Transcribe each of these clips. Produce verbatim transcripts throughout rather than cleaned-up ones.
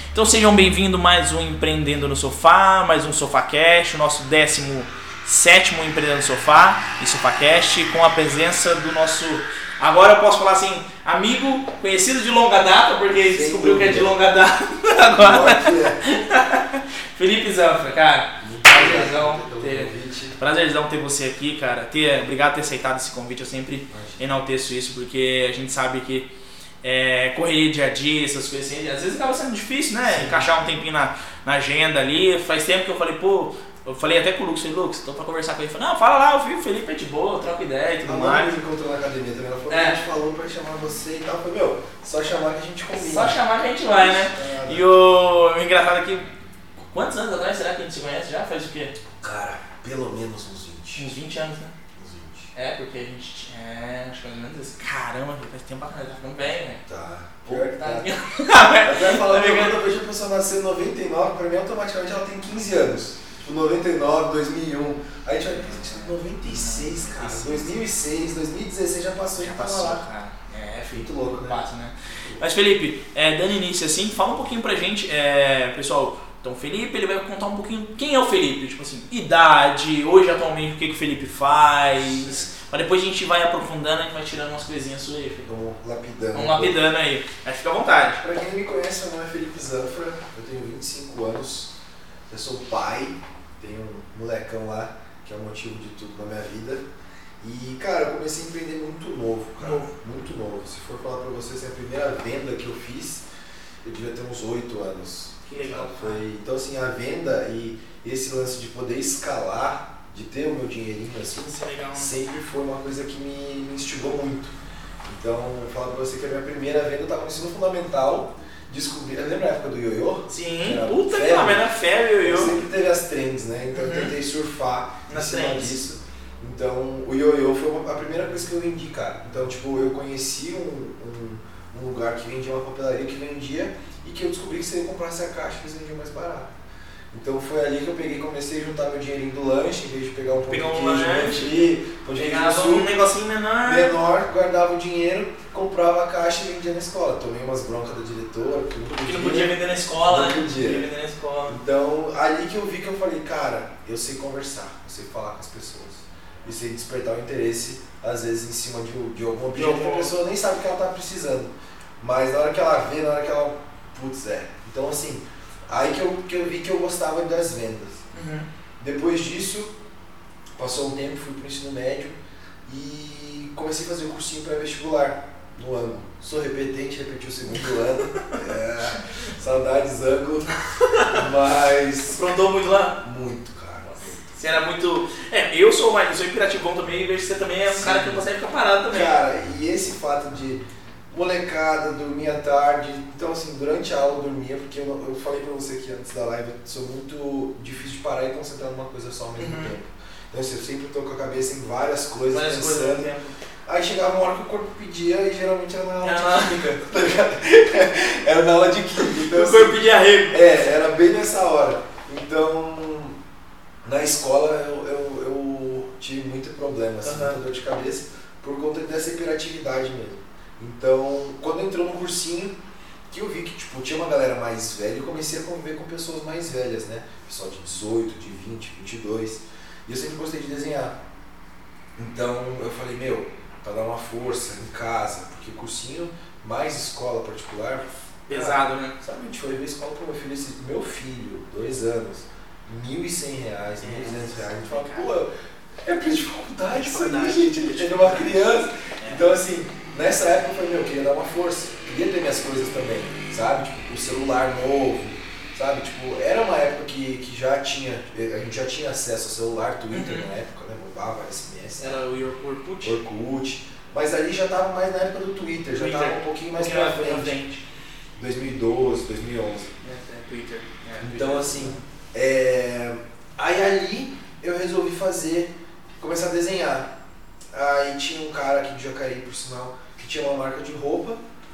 Então sejam bem-vindos a mais um Empreendendo no Sofá, mais um SofaCast, o nosso décimo sétimo Empreendendo no Sofá e SofaCast, com a presença do nosso, agora eu posso falar assim, amigo, conhecido de longa data, porque Sem descobriu dúvida. que é de longa data agora. É. Felipe Zanfra, cara, prazerzão ter, prazerzão ter você aqui, cara. Ter, obrigado por ter aceitado esse convite, eu sempre enalteço isso, porque a gente sabe que É, correria dia a dia, essas coisas assim, às vezes acaba sendo difícil, né? Sim. Encaixar um tempinho na, na agenda ali. Faz tempo que eu falei, pô, eu falei até com o Lucas, falei, Lucas, tô pra conversar com ele. Falei, não, fala lá, eu vi o Felipe é de boa, troca ideia e tudo mais. A gente encontrou na academia também, ela falou, é. a gente falou pra chamar você e tal. Eu falei, meu, só chamar que a gente combina. Só chamar que a gente vai, né? É. E o, o engraçado é que, quantos anos atrás será que a gente se conhece já? Faz o quê? Cara, pelo menos uns vinte. Uns vinte anos, né? É, porque a gente. É, acho que mais ou menos isso. Caramba, faz tempo bacana, tá ficando bem, né? Tá. Pô, tá. tá. Até falando que quando eu vejo a pessoa nascer em noventa e nove, pra mim automaticamente ela tem quinze anos. Tipo, noventa e nove, dois mil e um. Aí a gente vai pensar, noventa e seis, cara. dois mil e seis, dois mil e dezesseis já passou, já já passou lá. cara. É, muito louco, né? Passa, né? Mas Felipe, é, dando início assim, fala um pouquinho pra gente, é, pessoal. Então o Felipe, ele vai contar um pouquinho quem é o Felipe, tipo assim, idade, hoje atualmente o que, que o Felipe faz, mas depois a gente vai aprofundando, a gente vai tirando umas coisinhas suas aí, Felipe. Vamos lapidando. Vamos lapidando aí, mas fica à vontade. Pra quem não me conhece, meu nome é Felipe Zanfra, eu tenho vinte e cinco anos, eu sou pai, tenho um molecão lá, que é o motivo de tudo na minha vida. E cara, eu comecei a empreender muito novo, cara, novo. muito novo. Se for falar pra vocês, a primeira venda que eu fiz, eu devia ter uns oito anos. Que legal. Foi, então assim, a venda e esse lance de poder escalar, de ter o meu dinheirinho assim, Isso é legal, sempre foi uma coisa que me, me instigou muito. Então, vou falar pra você que a minha primeira venda eu estava no ensino fundamental, descobri, lembra a época do ioiô? Sim, puta que pariu, era febre o ioiô. Sempre teve as trends, né? Então uhum. eu tentei surfar em cima disso. Então, o ioiô foi uma, a primeira coisa que eu vendi, cara. Então, tipo, eu conheci um, um, um lugar que vendia uma papelaria que vendia e que eu descobri que se eu comprasse a caixa, eles vendiam mais barato. Então foi ali que eu peguei, comecei a juntar meu dinheirinho do lanche, em vez de pegar um pão de queijo, um refri, pão de queijo um negocinho menor, menor, guardava o dinheiro, comprava a caixa e vendia na escola. Tomei umas broncas da diretora, porque não podia, porque não podia vender na escola, não né? Podia. Não podia vender na escola. Então, ali que eu vi que eu falei, cara, eu sei conversar, eu sei falar com as pessoas. E sei despertar o interesse, às vezes, em cima de, de algum objeto que a pessoa nem sabe que ela está precisando. Mas na hora que ela vê, na hora que ela... Putz, é. Então, assim, aí que eu, que eu vi que eu gostava das vendas. Uhum. Depois disso, passou um tempo, fui para o ensino médio e comecei a fazer o cursinho pré-vestibular no ângulo. Sou repetente, repeti o segundo ano. É, saudades, ângulo. Mas... Aprontou muito lá? Muito, cara. Você era muito... É, eu sou mais, eu sou imperativão também e vejo que você também é um Sim. cara que não consegue ficar parado também. Cara, e esse fato de molecada, dormia tarde, então assim, durante a aula eu dormia, porque eu, eu falei pra você aqui antes da live, eu sou muito difícil de parar e concentrar numa coisa só ao mesmo uhum. tempo. Então assim, eu sempre tô com a cabeça em várias coisas, várias pensando. Coisas ao tempo. Aí chegava uma hora que o corpo pedia e geralmente era na aula era de química, tá ligado? Era na aula de química. Então, o assim, corpo pedia rego. É, era bem nessa hora. Então, na escola eu, eu, eu tive muito problema, assim, uhum. muita dor de cabeça, por conta dessa hiperatividade mesmo. Então, quando entrou no cursinho, que eu vi que tipo, tinha uma galera mais velha, eu comecei a conviver com pessoas mais velhas, né? Pessoal de dezoito, de vinte, vinte e dois. E eu sempre gostei de desenhar. Então, eu falei, meu, pra dar uma força em casa, porque cursinho mais escola particular... Pesado, cara, né? Sabe, a gente foi ver escola pro meu filho, esse, meu filho, dois anos, mil e cem reais, mil e duzentos reais. A gente fala, pô, é preço de faculdade isso aí, gente, a gente é uma criança. Então, assim... Nessa época eu falei, meu, eu queria dar uma força, queria ter minhas coisas também, sabe? Tipo, o celular novo, sabe? Tipo, era uma época que, que já tinha, a gente já tinha acesso ao celular, Twitter uhum. na época, né? Bombava, S M S. Era o Orkut? Orkut. Mas ali já tava mais na época do Twitter, já Twitter. tava um pouquinho mais pra frente. dois mil e doze, dois mil e onze. É, é Twitter. É, então Twitter. assim, é... aí ali eu resolvi fazer, começar a desenhar. Aí tinha um cara aqui de Jacareí, por sinal, que tinha uma marca de roupa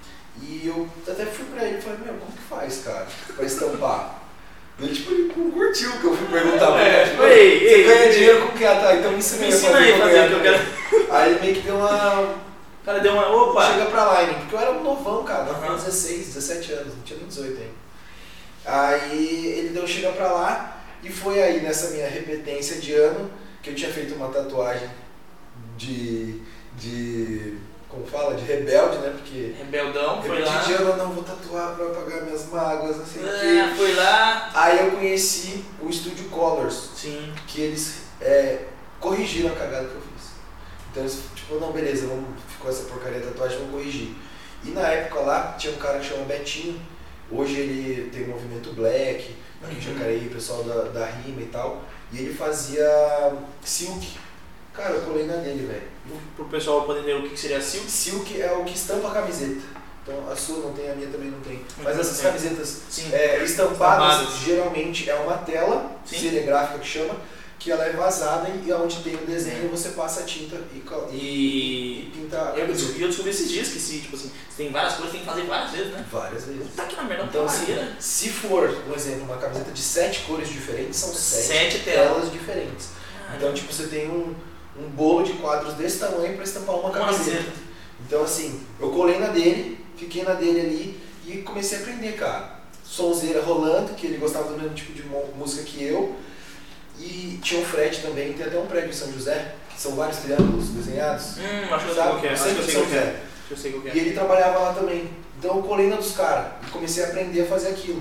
e eu até fui pra ele e falei, meu, como que faz, cara, pra estampar? Ele, tipo, ele não curtiu o que eu fui perguntar pra ele. Tipo, ei, você ei, ganha ei, dinheiro com o que? Ah, tá, então me ensina, me ensina aí a fazer o que eu quero. Aí ele meio que deu uma... O cara deu uma, opa! Chega pra lá, hein? Porque eu era um novão, cara, eu uhum. tinha dezesseis, dezessete anos, não tinha nem dezoito ainda. Aí ele deu chega pra lá e foi aí nessa minha repetência de ano que eu tinha feito uma tatuagem de... de como fala? De rebelde, né? Porque... Rebeldão, foi lá. De ano eu não vou tatuar pra apagar minhas mágoas, não sei o É, quê. foi lá. Aí eu conheci o Studio Colors. Sim. Que eles é, corrigiram a cagada que eu fiz. Então eles, tipo, não, beleza, vamos, ficou essa porcaria da tatuagem, vamos corrigir. E na época lá, tinha um cara que chama Betinho. Hoje ele tem o movimento Black, aqui em Jacareí, o pessoal da, da rima e tal. E ele fazia silk. Cara, eu colei na dele, velho. Pro pessoal poder entender o que seria silk. Silk é o que estampa a camiseta. Então a sua não tem, a minha também não tem. Mas Uhum, essas sim. camisetas Sim. é, estampadas, Estampadas. geralmente é uma tela Sim. seriegráfica que chama, que ela é vazada e onde tem o desenho você passa a tinta e, co- e, E e pinta a eu camiseta. descobri, eu descobri esses dias que se, tipo assim, se tem várias coisas, tem que fazer várias vezes, né? Várias vezes. Tá aqui na merda, Então, não assim, maneira. se for, um exemplo, uma camiseta de sete cores diferentes, são sete, Sete telas. telas diferentes. Então, tipo, você tem um, um bolo de quadros desse tamanho para estampar uma Uma camiseta. camiseta. Então, assim, eu colei na dele, fiquei na dele ali e comecei a aprender, cara. Sonzeira rolando, que ele gostava do mesmo tipo de mo- música que eu. E tinha um Fred também, tem até um prédio em São José, que são vários triângulos desenhados. Hum, acho que eu sei Sabe? qual que é. Acho que Sempre eu sei São qual que é. José. Acho que eu sei qual que E é. ele trabalhava lá também. Então eu colei na dos caras e comecei a aprender a fazer aquilo.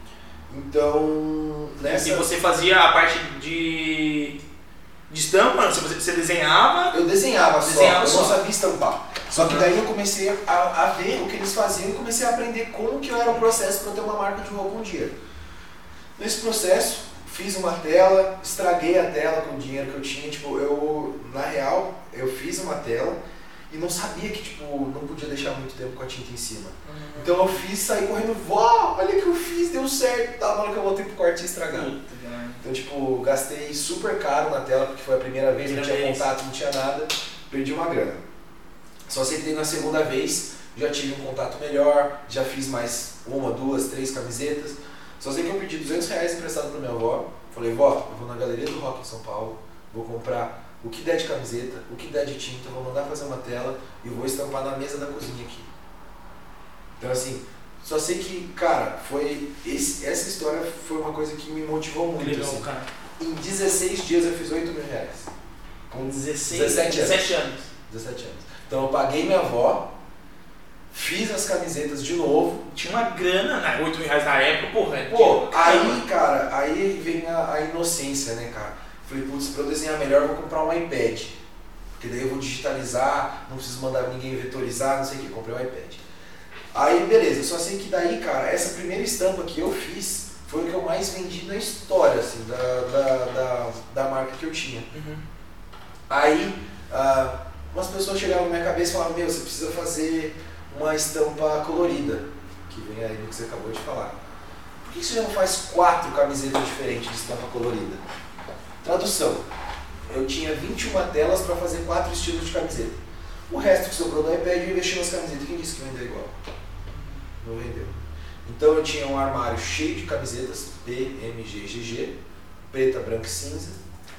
Então, nessa... E você fazia a parte de, de estampa? Você, você desenhava? Eu desenhava só, Desenhava eu só. não sabia estampar. Só que daí eu comecei a, a ver o que eles faziam e comecei a aprender como que era o processo para ter uma marca de roupa um dia. Nesse processo, fiz uma tela, estraguei a tela com o dinheiro que eu tinha. Tipo, eu, na real, eu fiz uma tela e não sabia que, tipo, não podia deixar muito tempo com a tinta em cima. Uhum. Então eu fiz, saí correndo, vó, olha o que eu fiz, deu certo. Tá, na hora que eu voltei pro quarto tinha estragado. Então, tipo, gastei super caro na tela, porque foi a primeira vez, não Primeira tinha vez. contato, não tinha nada, perdi uma grana. Só sei que daí na segunda vez, já tive um contato melhor, já fiz mais uma, duas, três camisetas. Só sei que eu pedi duzentos reais emprestado pra minha avó. Falei, vó, eu vou na Galeria do Rock em São Paulo, vou comprar o que der de camiseta, o que der de tinta, vou mandar fazer uma tela e vou estampar na mesa da cozinha aqui. Então, assim, só sei que, cara, foi esse, essa história foi uma coisa que me motivou muito. Legal, Assim. cara. Em dezesseis dias eu fiz oito mil reais. Com dezesseis, dezessete anos. dezessete anos. dezessete anos. Então eu paguei minha avó, fiz as camisetas de novo. Tinha uma grana, né? oito mil reais na época, porra. é Pô, dinheiro, aí, caramba. cara, aí vem a, a inocência, né, cara? Falei, putz, pra eu desenhar melhor eu vou comprar um iPad. Porque daí eu vou digitalizar, não preciso mandar ninguém vetorizar, não sei o que, comprei um iPad. Aí, beleza, só sei que daí, cara, essa primeira estampa que eu fiz foi o que eu mais vendi na história, assim, da, da, da, da marca que eu tinha. Uhum. Aí, ah, umas pessoas chegavam na minha cabeça e falavam, meu, você precisa fazer uma estampa colorida, que vem aí no que você acabou de falar. Por que você já não faz quatro camisetas diferentes de estampa colorida? Tradução. Eu tinha vinte e uma telas para fazer quatro estilos de camiseta. O resto que sobrou do iPad eu investi nas camisetas. Quem disse que vendeu igual? Não vendeu. Então eu tinha um armário cheio de camisetas P, M, G, G G, preta, branca e cinza.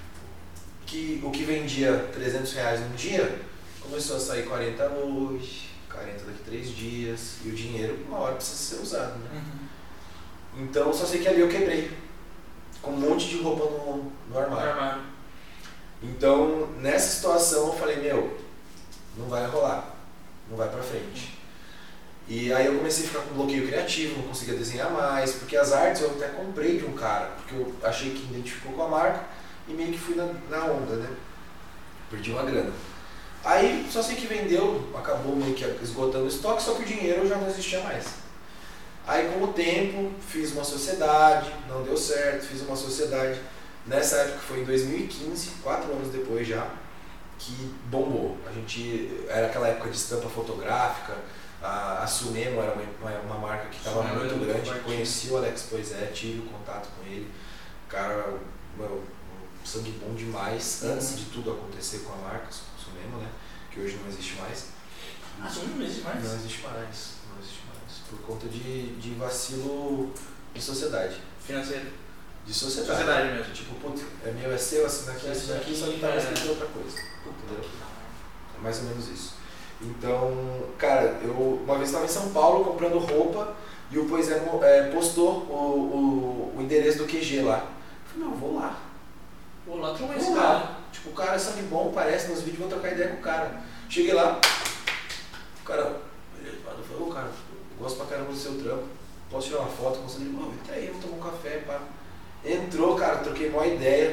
Que o que vendia trezentos reais num dia, começou a sair quarenta hoje, quarenta daqui a três dias, e o dinheiro uma hora precisa ser usado, né? Uhum. Então só sei que ali eu quebrei, com um monte de roupa no, no armário. Armário. Então nessa situação eu falei, meu, não vai rolar, não vai pra frente. E aí eu comecei a ficar com bloqueio criativo, não conseguia desenhar mais, porque as artes eu até comprei de um cara, porque eu achei que identificou com a marca e meio que fui na, na onda, né? Perdi uma grana. Aí só sei que vendeu, acabou meio que esgotando o estoque, só que o dinheiro já não existia mais. Aí com o tempo fiz uma sociedade, não deu certo, fiz uma sociedade. Nessa época foi em dois mil e quinze, quatro anos depois já, que bombou. A gente, era aquela época de estampa fotográfica, a, a Sunemo era uma, uma, uma marca que estava Sunemo muito era muito grande, forte. conheci o Alex Poisé, tive o contato com ele, cara, meu, um sangue bom demais, Uhum. antes de tudo acontecer com a marca Sunemo, né, que hoje não existe mais. Ah, isso não existe mais? Não existe mais, não existe mais, por conta de, de vacilo de sociedade. Financeiro. De sociedade. Sociedade mesmo. Tipo, putz, é meu, é seu, assina aqui, assina aqui, só que tava É. escrito outra coisa. Entendeu? É mais ou menos isso. Então, cara, eu uma vez estava em São Paulo comprando roupa e o Pois é, é, postou o, o, o endereço do Q G lá. Eu falei, não, vou lá. Vou lá trocar esse Vou cara. lá. Tipo, o cara é sangue bom, parece nos vídeos, vou trocar ideia com o cara. Cheguei lá, o cara, ele falou, ô cara, eu gosto pra caramba do seu trampo, posso tirar uma foto? Consegui, ele, entra aí, vamos tomar um café, pá. Entrou, cara, troquei uma ideia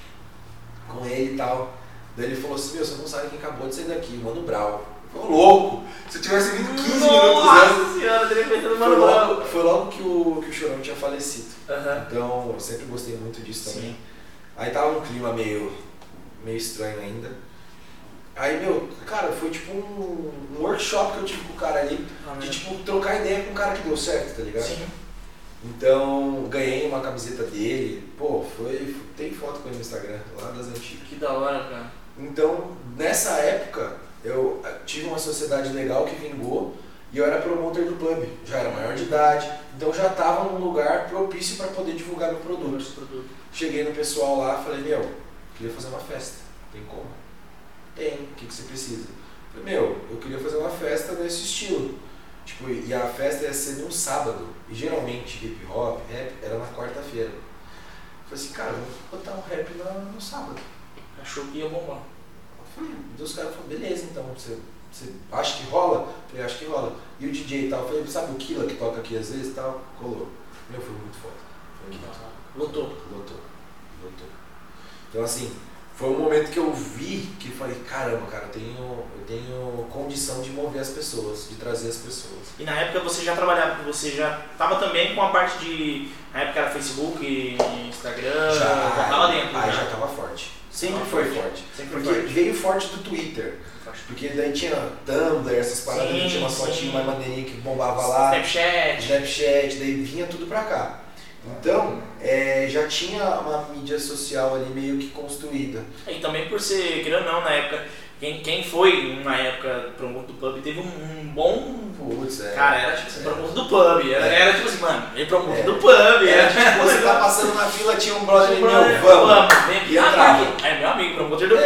com ele e tal. Daí ele falou assim, meu, você não sabe quem acabou de sair daqui, Mano Brau. Eu falei, louco, se eu tivesse vindo quinze minutos Nossa antes. senhora, teria pensado no Foi Mano Brau. logo, foi logo que o, que o Chorão tinha falecido. Uhum. Então, eu sempre gostei muito disso também. Sim. Aí tava um clima meio, meio estranho ainda. Aí, meu, cara, foi tipo um, um workshop que eu tive com o cara ali, Ah, de né? tipo trocar ideia com um cara que deu certo, tá ligado? Sim. Então, ganhei uma camiseta dele, pô, foi, tem foto com ele no Instagram, lá das antigas. Que da hora, cara. Então, nessa época, eu tive uma sociedade legal que vingou e eu era promotor do clube, já era maior de idade, então já estava num lugar propício para poder divulgar meu produto. produto. Cheguei no pessoal lá e falei, meu, queria fazer uma festa, tem como? Tem, o que, que você precisa? Falei, meu, eu queria fazer uma festa nesse estilo. Tipo, e a festa ia ser num sábado, e geralmente hip hop, rap, era na quarta-feira. Falei assim, cara, vamos botar um rap no, no sábado. Achou que ia bombar. Eu falei, e os caras falaram, beleza, então, você, você acha que rola? Eu falei, acho que rola. E o D J e tal, eu falei, sabe o Killa que toca aqui às vezes e tal? Colou. Meu, foi muito foda. Foi muito foda. Lotou. Lotou. Lotou. Então assim, foi um momento que eu vi que eu falei, caramba, cara, eu tenho, eu tenho condição de mover as pessoas, de trazer as pessoas. E na época você já trabalhava, você já estava também com a parte de. Na época era Facebook, Instagram, Já, já tava dentro. aí né? já tava forte. Sempre Tava foi forte. forte. Sempre foi Porque forte. veio forte do Twitter. Porque daí tinha Tumblr, essas paradas, Sim, tinha uma sim. fotinha mais maneirinha que bombava lá. Snapchat. Snapchat, daí vinha tudo pra cá. Então, é, já tinha uma mídia social ali meio que construída. E também por ser, querendo ou não, na época, quem, quem foi na época promotor do pub teve um, um bom. Putz, é. Cara, era tipo assim, é. promotor do pub. Era, É. era tipo assim, mano, ele promotor É. do pub. Era, Era tipo, tipo, você tá legal. passando na fila, tinha um brother meu, Brother, vamos. vem aqui. E Ah, entrava. tá aqui. É meu amigo, promotor do É.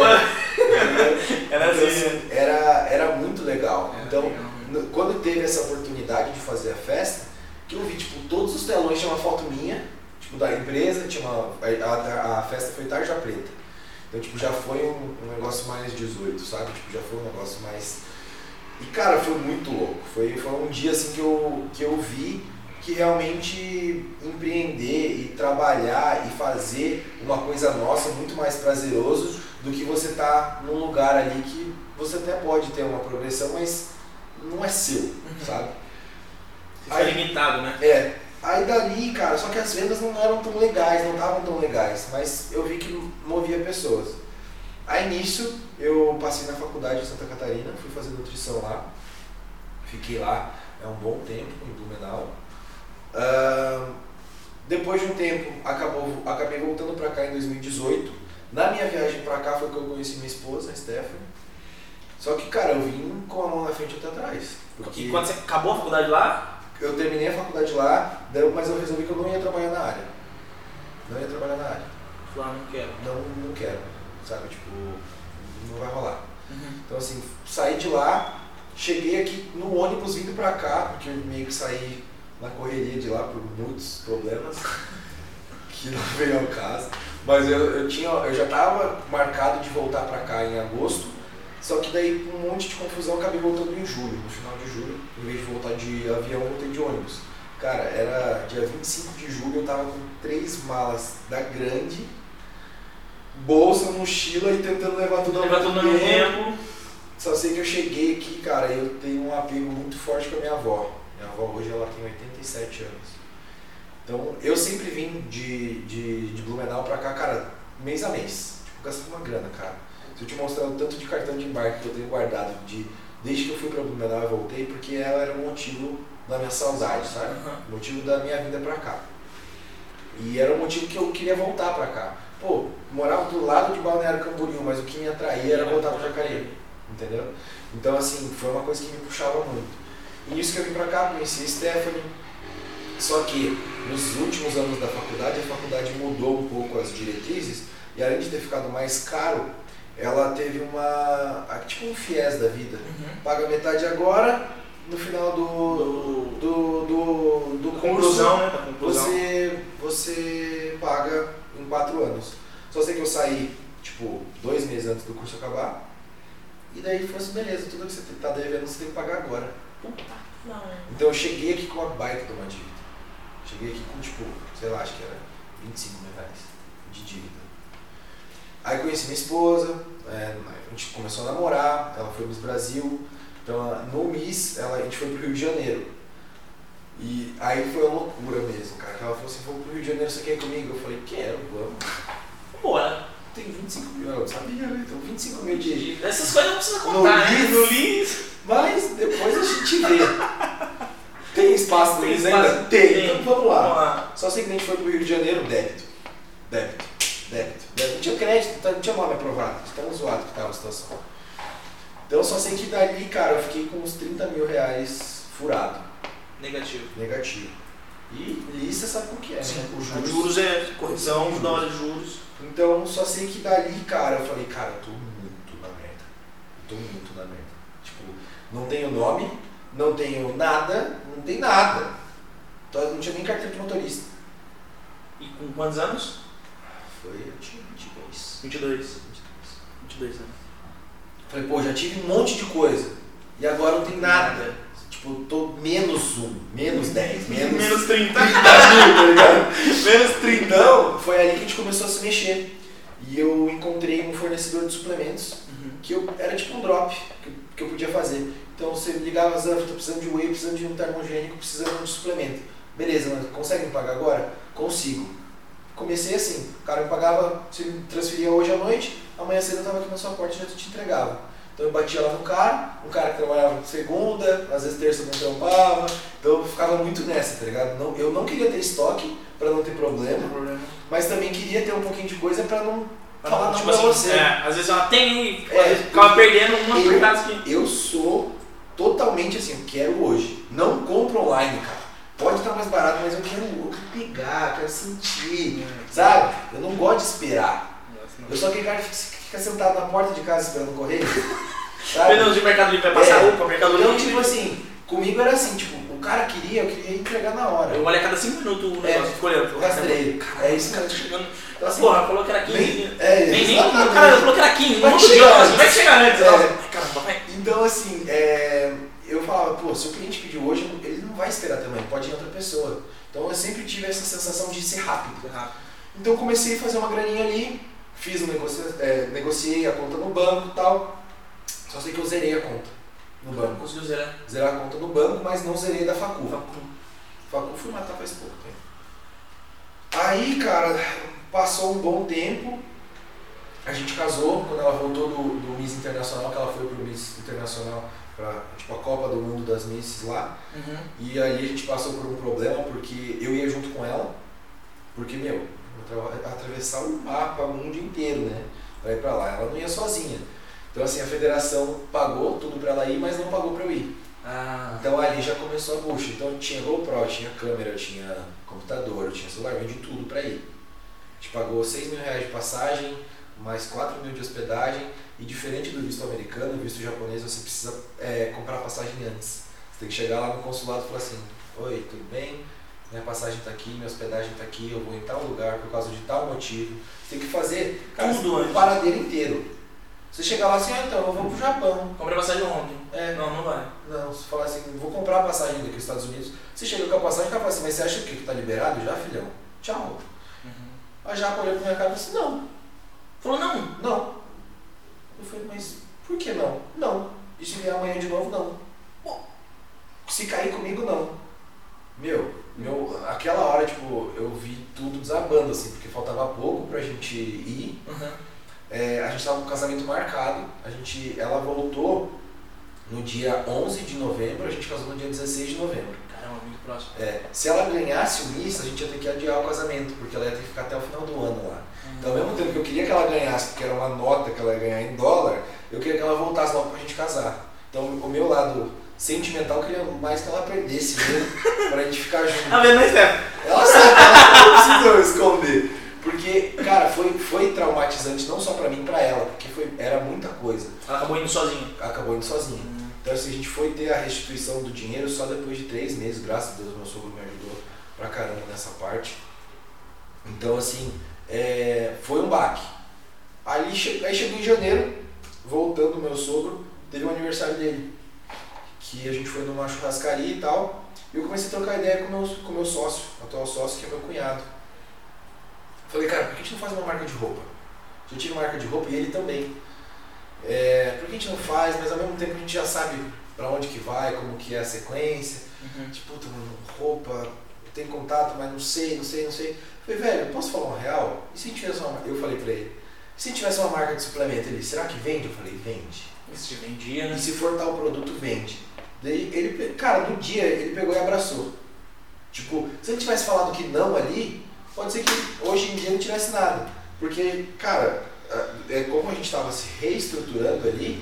pub. Era Então, assim. assim, era, era muito legal. Era Então, legal. no- quando teve essa oportunidade de fazer a festa, que eu vi, tipo, todos os telões tinha uma foto minha, tipo, da empresa, tinha uma, a, a, a festa foi tarja preta. Então, tipo, já foi um, um negócio mais dezoito, sabe? Tipo, já foi um negócio mais... E, cara, foi muito louco. Foi, foi um dia, assim, que eu, que eu vi que realmente empreender e trabalhar e fazer uma coisa nossa é muito mais prazeroso do que você tá num lugar ali que você até pode ter uma progressão, mas não é seu, sabe? Você foi limitado, né? É, aí dali, cara, só que as vendas não eram tão legais, não estavam tão legais, mas eu vi que movia pessoas. Aí nisso, eu passei na faculdade de Santa Catarina, fui fazer nutrição lá, fiquei lá é um bom tempo em Blumenau. Uh, depois de um tempo, acabou, acabei voltando pra cá em dois mil e dezoito. Na minha viagem pra cá foi que eu conheci minha esposa, a Stephanie. Só que, cara, eu vim com a mão na frente e outra atrás. Porque E quando você acabou a faculdade lá? eu terminei a faculdade lá, daí- mas eu resolvi que eu não ia trabalhar na área. Não ia trabalhar na área. Falei, ah, não quero. Não, não quero, sabe? Tipo, não vai rolar. Uhum. Então, assim, saí de lá, cheguei aqui no ônibus vindo pra cá, porque eu meio que saí na correria de lá por muitos problemas, que não veio ao caso. Mas eu, eu, tinha, eu já estava marcado de voltar pra cá em agosto, só que daí com um monte de confusão eu acabei voltando em julho, no final de julho, em vez de voltar de avião, eu voltei de ônibus. Cara, era dia vinte e cinco de julho, eu tava com três malas da Grande, bolsa, mochila e tentando levar tudo ao Levar tudo no mesmo tempo. tempo. Só sei que eu cheguei aqui, cara, e eu tenho um apego muito forte com a minha avó. Minha avó hoje ela tem oitenta e sete anos. Então eu sempre vim de, de, de Blumenau pra cá, cara, mês a mês. Tipo, gastando uma grana, cara. Se eu te mostrar o tanto de cartão de embarque que eu tenho guardado de, desde que eu fui pra Blumenau e voltei, porque ela era o motivo da minha saudade, sabe? Uhum. O motivo da minha vinda pra cá. E era o motivo que eu queria voltar pra cá. Pô, morava do lado de Balneário Camboriú, mas o que me atraía era voltar pra Jacareí. Entendeu? Então, assim, foi uma coisa que me puxava muito. E nisso que eu vim pra cá, conheci a Stephanie. Só que, nos últimos anos da faculdade, a faculdade mudou um pouco as diretrizes. E além de ter ficado mais caro, ela teve uma... tipo um fiéis da vida. Uhum. Paga metade agora, no final do. do. do, do conclusão, curso, né? Da conclusão. Você, você paga em quatro anos. Só sei que eu saí, tipo, dois meses antes do curso acabar. E daí foi assim, beleza, tudo que você tá devendo você tem que pagar agora. Puta, não. Então eu cheguei aqui com uma baita de uma dívida. Cheguei aqui com, tipo, sei lá, acho que era vinte e cinco mil reais de dívida. Aí conheci minha esposa, é, a gente começou a namorar, ela foi Miss Brasil. Então no Miss, ela, a gente foi pro Rio de Janeiro. E aí foi uma loucura mesmo, cara. Ela falou assim, vamos pro Rio de Janeiro, você quer ir comigo? Eu falei, quero, vamos. Bora. Tem vinte e cinco mil, eu sabia, né? Então vinte e cinco mil de... Essas coisas não precisa contar, né? No Liz. Mas depois a gente vê. Tem espaço no Liz ainda? Tem. Tem. Então vamos lá. vamos lá. Só sei que a gente foi pro Rio de Janeiro, débito. Débito. Débito. Débito. Não tinha crédito, não tinha nome aprovado. Tão zoado que tava a situação. Então só sei que dali, cara, eu fiquei com uns trinta mil reais furado. Negativo. Negativo. E Liz, você sabe como que é, Sim, né? Os juros, juros é correção da hora de juros. Então só sei que dali, cara, eu falei, cara, eu tô muito na merda. Eu tô muito na merda. Tipo, não tenho nome, não tenho nada, não tem nada. Então não tinha nem carteira de motorista. E com quantos anos? Foi, eu tinha vinte e dois. vinte e dois. vinte e dois anos. Falei, pô, já tive um monte de coisa. E agora não tem nada. Tipo, eu tô menos um, menos dez, menos... menos trinta. trinta mil, tá ligado? Menos trinta. Então, foi ali que a gente começou a se mexer. E eu encontrei um fornecedor de suplementos, uhum. que eu, era tipo um drop que, que eu podia fazer. Então você ligava, Zanf, tô precisando de whey, precisando de um termogênico, precisando de suplemento. Beleza, mas consegue me pagar agora? Consigo. Comecei assim, o cara me pagava, se me transferia hoje à noite, amanhã cedo eu tava aqui na sua porta e já te entregava. Então eu batia lá no cara, um cara que trabalhava segunda, às vezes terça não trampava, então eu ficava muito nessa, tá ligado? Não, eu não queria ter estoque pra não ter problema, não problema, mas também queria ter um pouquinho de coisa pra não pra falar não, não tipo pra assim, você. É, às vezes ela tem e é, ficava perdendo uma por causa que... Eu sou totalmente assim, eu quero hoje, não compro online, cara. Pode estar mais barato, mas eu quero, eu quero pegar, eu quero sentir, é, sabe? Eu não gosto de esperar. Eu sou aquele cara que fica sentado na porta de casa esperando o correio. Perdão de Mercado Livre, vai passar é, roupa, Mercado Livre. Então, tipo assim, comigo era assim, tipo, o cara queria, eu queria entregar na hora. Eu olho a cada cinco minutos o negócio, é, escolhendo. Rastreio. É isso, cara. Chegando. Então, assim, porra, falou que era quinze. Nem, é, nem, nem, o cara falou que era quinze. Vai não chegar dia, vai chegar antes. É. Ai, caramba, vai. Então, assim, é, eu falava, pô, se o cliente pediu hoje, ele não vai esperar também, pode ir outra pessoa. Então eu sempre tive essa sensação de ser rápido. rápido. Então eu comecei a fazer uma graninha ali, fiz um negocio, é, negociei a conta no banco e tal. Só sei que eu zerei a conta no banco. Conseguiu zerar? Zerar a conta no banco, mas não zerei da Facu. Facu. Facu fui matar faz pouco tempo. Aí, cara, passou um bom tempo. A gente casou, quando ela voltou do, do Miss Internacional, que ela foi pro Miss Internacional, pra, tipo, a Copa do Mundo das Misses lá. Uhum. E aí a gente passou por um problema, porque eu ia junto com ela, porque, meu, eu atravessar o mapa, o mundo inteiro, né, pra ir pra lá. Ela não ia sozinha. Então, assim, a federação pagou tudo pra ela ir, mas não pagou pra eu ir. Ah. Então ali já começou a bucha. Então tinha GoPro, tinha câmera, tinha computador, tinha celular, vendi tudo pra ir. A gente pagou seis mil reais de passagem, mais quatro mil de hospedagem, e diferente do visto americano, o visto japonês, você precisa é, comprar passagem antes. Você tem que chegar lá no consulado e falar assim, oi, tudo bem? Minha passagem tá aqui, minha hospedagem tá aqui, eu vou em tal lugar por causa de tal motivo. Você tem que fazer, cara, tudo um paradeiro inteiro. Você chegar lá assim, ah, então, eu vou pro Japão. Comprei passagem ontem. É. Não, não vai. Não, você fala assim, vou comprar a passagem daqui nos Estados Unidos. Você chega com a passagem, o cara fala assim, mas você acha que tá liberado já, filhão? Tchau. Uhum. A Japa olhou pra minha cara e disse, não. Falou, não? Não. Eu falei, mas por que não? Não. E se vier amanhã de novo, não. Bom, se cair comigo, não. Meu, meu, aquela hora, tipo, eu vi tudo desabando, assim, porque faltava pouco pra gente ir. Uhum. É, a gente estava com o casamento marcado, a gente, ela voltou no dia onze de novembro, a gente casou no dia dezesseis de novembro. Caramba, muito próximo. É, se ela ganhasse o Miss, a gente ia ter que adiar o casamento, porque ela ia ter que ficar até o final do ano lá. Uhum. Então, ao mesmo tempo que eu queria que ela ganhasse, porque era uma nota que ela ia ganhar em dólar, eu queria que ela voltasse logo pra gente casar. Então, o meu lado sentimental, eu queria mais que ela aprendesse mesmo, pra gente ficar junto. Tá vendo, né, Steph? Ela sabe, ela não precisa esconder. Porque, cara, foi, foi traumatizante não só pra mim, pra ela, porque foi, era muita coisa. Ela acabou indo sozinha. Acabou indo sozinha. Uhum. Então assim, a gente foi ter a restituição do dinheiro só depois de três meses, graças a Deus, meu sogro me ajudou pra caramba nessa parte. Então, assim, é, foi um baque. Aí, che aí chegou em janeiro, voltando o meu sogro, teve um aniversário dele, que a gente foi numa churrascaria e tal, e eu comecei a trocar ideia com meu, com meu sócio, atual sócio, que é meu cunhado. Falei, cara, por que a gente não faz uma marca de roupa? Já tive marca de roupa e ele também. É, por que a gente não faz, mas ao mesmo tempo a gente já sabe pra onde que vai, como que é a sequência. Uhum. Tipo, puta, mano, roupa, eu tenho contato, mas não sei, não sei, não sei. Falei, velho, posso falar uma real? E se a gente tivesse uma marca? Eu falei pra ele, e se a gente tivesse uma marca de suplemento? Ele, será que vende? Eu falei, vende. E se vendia, né? E se for tal produto, vende. Daí ele, cara, no dia ele pegou e abraçou. Tipo, se ele tivesse falado que não ali, pode ser que hoje em dia não tivesse nada. Porque, cara, é, como a gente estava se reestruturando ali,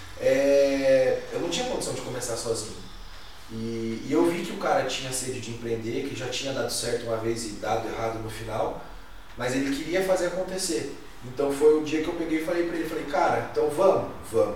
é, eu não tinha condição de começar sozinho. E, e eu vi que o cara tinha sede de empreender, que já tinha dado certo uma vez e dado errado no final, mas ele queria fazer acontecer. Então foi o dia que eu peguei e falei pra ele, falei, cara, então vamos, vamos.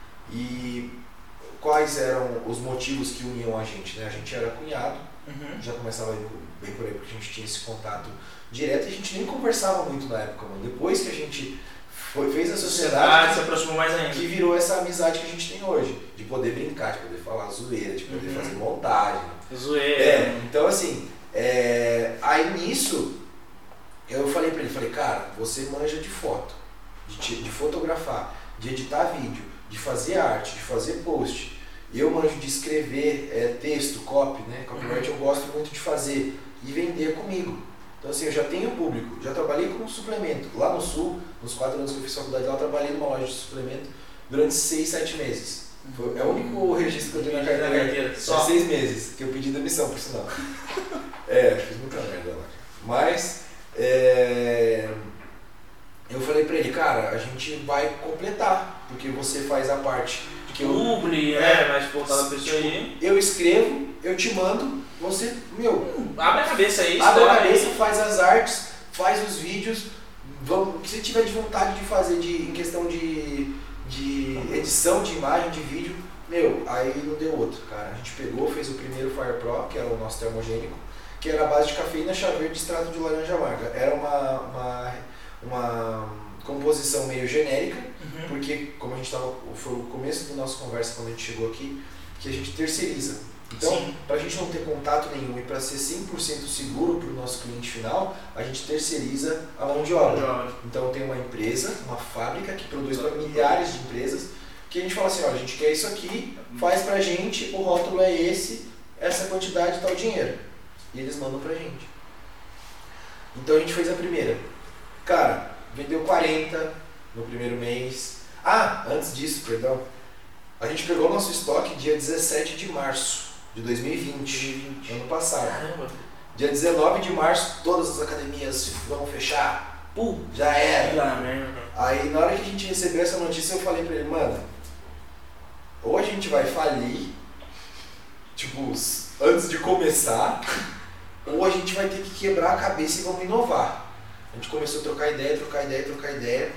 E quais eram os motivos que uniam a gente, né? A gente era cunhado, uhum. já começava bem por aí, porque a gente tinha esse contato direto e a gente nem conversava muito na época, mano. Depois que a gente foi, fez a sociedade, ah, se aproximou mais ainda. Que virou essa amizade que a gente tem hoje, de poder brincar, de poder falar zoeira, de poder uhum. fazer montagem. Zoeira. É, então assim, é, aí nisso, eu falei pra ele, falei, cara, você manja de foto, de, de fotografar, de editar vídeo, de fazer arte, de fazer post. Eu manjo de escrever é, texto, copy, né? Copyright uhum. eu gosto muito de fazer e vender comigo. Então assim, eu já tenho público, já trabalhei com suplemento. Lá no Sul, nos quatro anos que eu fiz faculdade lá, eu trabalhei numa loja de suplemento durante seis, sete meses. Foi, é o único registro que eu tenho na carteira. Só seis meses, que eu pedi demissão, por sinal. É, fiz muita merda lá. Mas, é, eu falei pra ele, cara, a gente vai completar, porque você faz a parte que eu... Publi, é, mais voltada pra isso aí. Eu escrevo, eu te mando, você, meu... Hum, abre a cabeça aí, abre a cabeça, aí. Faz as artes, faz os vídeos, vamos, o que você tiver de vontade de fazer de, em questão de, de edição de imagem, de vídeo, meu, aí não deu outro, cara. A gente pegou, fez o primeiro Fire Pro, que é o nosso termogênico, que era a base de cafeína, chá verde e extrato de laranja amarga. Era uma, uma, uma composição meio genérica, uhum. porque como a gente estava, foi o começo da nossa conversa quando a gente chegou aqui, que a gente terceiriza. Então, para a gente não ter contato nenhum e para ser cem por cento seguro para o nosso cliente final, a gente terceiriza a mão de obra. Então tem uma empresa, uma fábrica que produz para milhares de empresas, que a gente fala assim, olha, a gente quer isso aqui, faz pra gente, o rótulo é esse, essa quantidade, tal dinheiro. E eles mandam pra gente. Então a gente fez a primeira. Cara, vendeu quarenta no primeiro mês. Ah, antes disso, perdão. A gente pegou o nosso estoque dia dezessete de março de dois mil e vinte, ano passado. Caramba. Dia dezenove de março, todas as academias vão fechar. Pum, já era. Aí na hora que a gente recebeu essa notícia, eu falei pra ele, mano, ou a gente vai falir, tipo, antes de começar, ou a gente vai ter que quebrar a cabeça e vamos inovar. A gente começou a trocar ideia, trocar ideia, trocar ideia.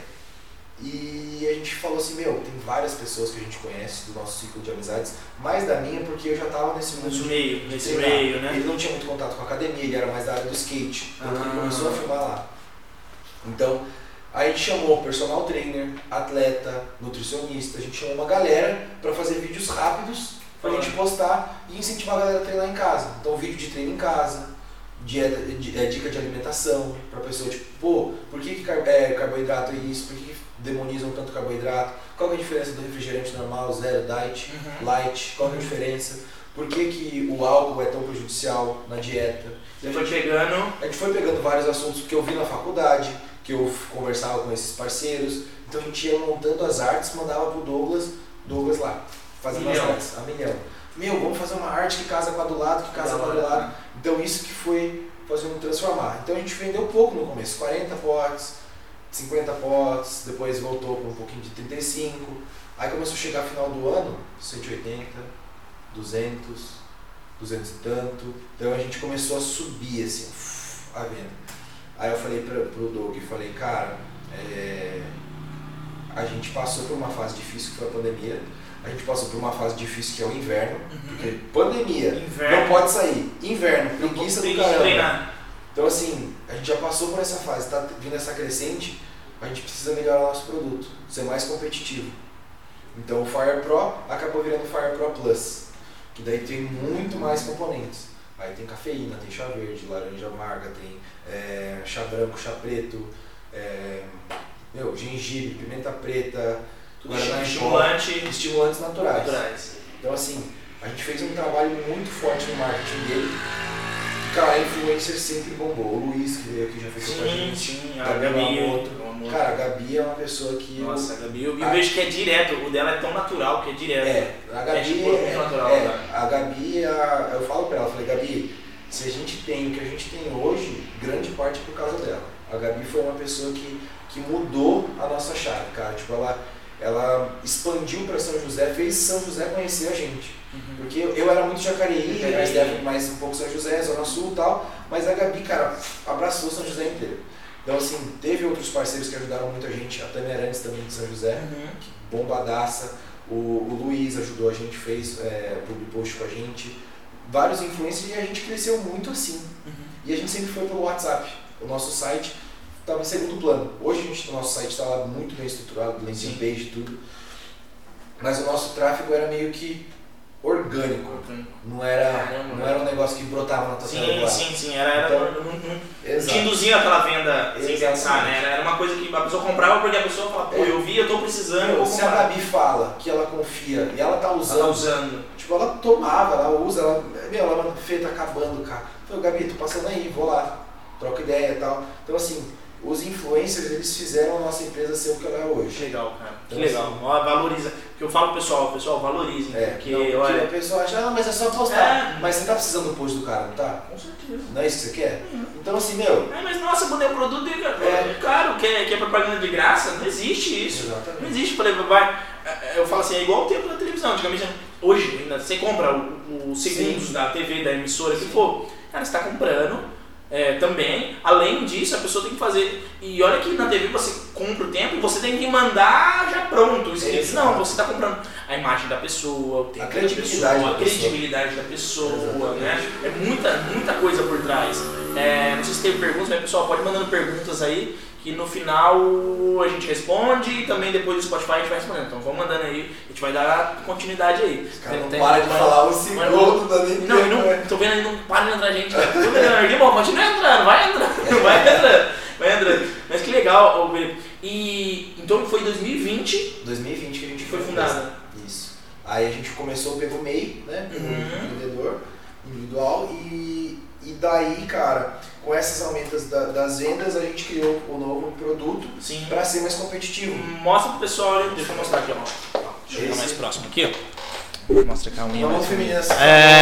E a gente falou assim, meu, tem várias pessoas que a gente conhece do nosso ciclo de amizades, mais da minha porque eu já estava nesse mundo nesse de, meio, de nesse meio, né? Ele não tinha muito contato com a academia, ele era mais da área do skate, então ah. ele começou a filmar lá. Então, aí a gente chamou personal trainer, atleta, nutricionista, a gente chamou uma galera para fazer vídeos rápidos pra ah. gente postar e incentivar a galera a treinar em casa. Então, vídeo de treino em casa, dieta, de, é, dica de alimentação, pra pessoa, tipo, pô, por que, que car é, carboidrato é isso? Por que, que demonizam tanto carboidrato? Qual que é a diferença do refrigerante normal, zero, diet, uhum. light? Qual que é a diferença? Por que, que o álcool é tão prejudicial na dieta? Você foi pegando... A gente foi pegando vários assuntos que eu vi na faculdade, que eu conversava com esses parceiros, então a gente ia montando as artes, mandava pro Douglas, Douglas lá, fazendo as artes, a milhão. Meu, vamos fazer uma arte que casa com a do lado, que casa com a do lado. Então isso que foi fazendo transformar. Então a gente vendeu pouco no começo, quarenta potes, cinquenta potes, depois voltou para um pouquinho de trinta e cinco, aí começou a chegar final do ano, cento e oitenta, duzentos, duzentos e tanto, então a gente começou a subir assim, a venda. Aí eu falei para pro Doug, falei, cara, é, a gente passou por uma fase difícil que foi a pandemia, a gente passou por uma fase difícil que é o inverno, uhum. porque pandemia, inverno. não pode sair, inverno, preguiça do caramba. Treinar. Então assim, a gente já passou por essa fase, tá vindo essa crescente, a gente precisa melhorar o nosso produto, ser mais competitivo. Então o Fire Pro acabou virando o Fire Pro Plus, que daí tem muito mais componentes. Aí tem cafeína, tem chá verde, laranja amarga, tem é, chá branco, chá preto, é, meu, gengibre, pimenta preta, estimulante, estimulantes naturais. naturais. Então assim, a gente fez um trabalho muito forte no marketing dele. Cara, a influencer sempre bombou. O Luiz, que veio aqui, já fez com a gente. Sim, a Gabi. Gabi Cara, a Gabi é uma pessoa que... Nossa, a Gabi, eu, eu a... vejo que é direto. O dela é tão natural que é direto. É, a Gabi é, tipo, é, é natural. É, né? a Gabi, a, eu falo pra ela, eu falei, Gabi, se a gente tem o que a gente tem hoje, grande parte é por causa dela. A Gabi foi uma pessoa que, que mudou a nossa chave, cara. Tipo, ela, ela expandiu pra São José, fez São José conhecer a gente. Uhum. Porque eu, eu era muito Jacareí, Jacareí. a Stephanie mais um pouco São José, Zona Sul e tal, mas a Gabi, cara, abraçou São José inteiro. Então assim, teve outros parceiros que ajudaram muito a gente, a Tânia Arantes também de São José, uhum. que bombadaça, o, o Luiz ajudou a gente, fez é, public post com a gente, vários influencers e a gente cresceu muito assim. Uhum. E a gente sempre foi pelo WhatsApp, o nosso site estava em segundo plano. Hoje a gente, o nosso site está lá muito bem estruturado, landing page e tudo, mas o nosso tráfego era meio que orgânico, orgânico. Não, era, Caramba, não era um negócio que brotava na tua Sim, sim, sim, era, era então, não, não, não te induzia aquela venda sem pensar, né? Era uma coisa que a pessoa comprava porque a pessoa falava, pô, é. eu vi, eu tô precisando, eu vou Se a Gabi fala que ela confia e ela tá usando, ela tá usando. Tipo, ela tomava, ela usa, ela, meu, ela manda, Fê, tá acabando, cara. Eu falei, Gabi, tô passando aí, vou lá, troca ideia e tal. Então assim, os influencers, eles fizeram a nossa empresa ser o que ela é hoje. Que legal, cara. Então, que legal. Assim, ó, valoriza. Porque eu falo pro pessoal, pessoal, valorizem. É, porque, não, porque olha, a pessoa acha, ah, mas é só postar. É. Mas você tá precisando do post do cara, não tá? Com certeza. Não é isso que você quer? Uhum. Então assim, meu... É, mas nossa, quando é produto, é caro, que é, que é propaganda de graça, não existe isso. Exatamente. Não existe, falei, vai... Eu falo assim, é igual o tempo da televisão. Antigamente, hoje, ainda você compra os segundos Sim. da T V, da emissora, que for, cara, você tá comprando... É, também, além disso, a pessoa tem que fazer. E olha que na T V você compra o tempo e você tem que mandar já pronto. Escrito. Não, você está comprando a imagem da pessoa, o tempo a credibilidade, da pessoa, da, a credibilidade pessoa. da pessoa, né? É muita, muita coisa por trás. É, não sei se tem perguntas, mas pessoal, pode mandando perguntas aí, que no final a gente responde e também depois do Spotify a gente vai respondendo. Então vamos mandando aí, a gente vai dar continuidade aí. Cara, não para de falar um segundo da nem Não, não, tô vendo aí, não para de entrar gente. Tudo energia, bom, continua entrando, vai entrando, vai entrando, vai entrando. Mas que legal, Felipe. E então foi em dois mil e vinte? dois mil e vinte que a gente foi fundada. Isso. Aí a gente começou pelo M E I, né? Pelo uhum. vendedor individual e, e daí, cara, com essas aumentas da, das vendas, a gente criou o novo produto para ser mais competitivo. Mostra pro pessoal ali, deixa eu mostrar aqui, ó. Deixa eu ficar mais próximo aqui, ó. Mostra cá a unha. Vamos feminina assim.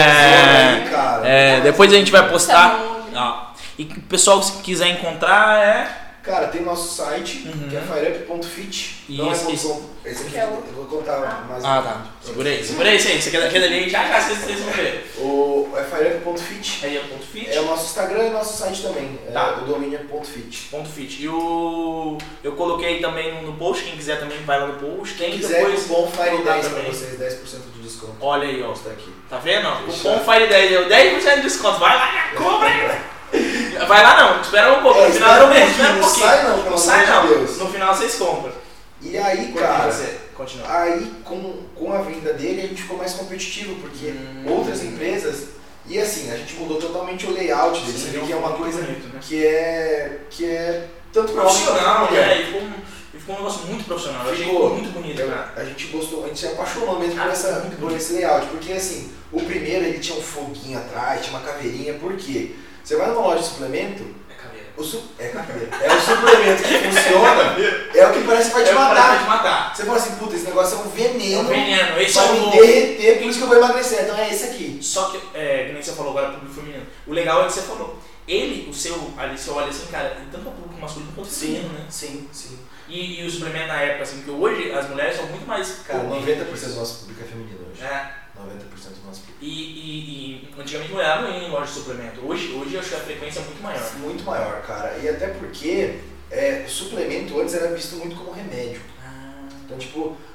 É, cara. É, depois a gente vai postar. Ó. E o pessoal, se quiser encontrar, é. Cara, tem nosso site, uhum. que é fireup ponto fit. E não esse, é esse, ponto com. Esse aqui eu vou contar mais. Ah, tá. Segura aí, segura aí, isso aí. Você quer daquele ali, já já vocês vão ver. O é fireup ponto fit. É ponto fit. É o nosso Instagram e o nosso site também. Tá. É, o domínio é ponto fit. Ponto fit. E o. Eu coloquei também no post, quem quiser também vai lá no post. Quem quiser, depois bom Fire dez pra vocês, dez por cento de desconto. Olha aí, ó. Tá aqui. Tá vendo? O Cupom Fire dez deu dez por cento de desconto. Vai lá e compra aí. Vai lá não, espera um pouco, é, no final espera do mês, espera um pouquinho. Não sai não, pelo não sai amor não. de Deus. No final vocês compram. E aí, cara, você continua. Aí com, com a venda dele a gente ficou mais competitivo, porque hum. outras empresas, e assim, a gente mudou totalmente o layout dele, você vê que é uma coisa bonito, né? que é que é tanto profissional, né? E ficou, um, ficou um negócio muito profissional, eu achei ficou muito bonito, eu, cara. A gente gostou, a gente se apaixonou mesmo ah, por, essa, por esse layout, porque assim, o primeiro ele tinha um foguinho atrás, tinha uma caveirinha, por quê? Você vai numa loja de suplemento, é caveira. O su é caveira. É o suplemento que funciona, é o que parece que vai te é matar. te matar. Você fala assim, puta, esse negócio é um veneno. É um veneno, esse vai é o me novo. derreter, por isso que eu vou emagrecer. Então é esse aqui. Só que, é, que nem você falou agora, público feminino. O legal é que você falou. Ele, o seu, ali você olha assim, cara, tem tanto público masculino quanto feminino, né? Sim, sim. E, e o suplemento na época, assim, porque hoje as mulheres são muito mais. Cara, noventa por cento do nosso público é feminino hoje. É. noventa por cento do nosso público. E, e, e antigamente mulher não ia em loja de suplemento. Hoje, hoje eu acho que a frequência é muito maior. Muito maior, cara. E até porque é, o suplemento antes era visto muito como remédio. Ah. Então, tipo,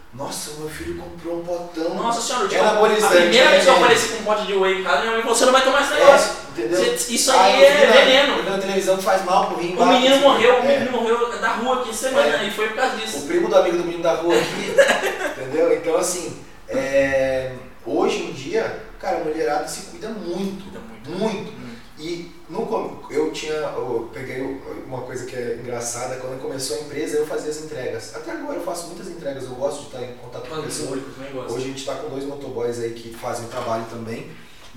nossa, meu filho comprou um potão. Nossa senhora, é anabolizante. A primeira vez que eu né? apareci com um pote de whey em casa, minha mãe falou, você não vai tomar esse negócio. É, entendeu? Você, isso aí, aí é na, veneno. Eu vi na televisão que faz mal pro rim. O menino morreu, o é. menino morreu da rua aqui semana, é. e foi por causa disso. O primo do amigo do menino da rua aqui, entendeu? Então assim, é, hoje em dia, cara, a mulherada se cuida muito. Cuida muito. Muito. Hum. E no, eu tinha, eu peguei uma coisa que é engraçada, quando começou a empresa eu fazia as entregas. Até agora eu faço muitas entregas, eu gosto de estar em contato com pessoas. Hoje a gente está com dois motoboys aí que fazem o trabalho também,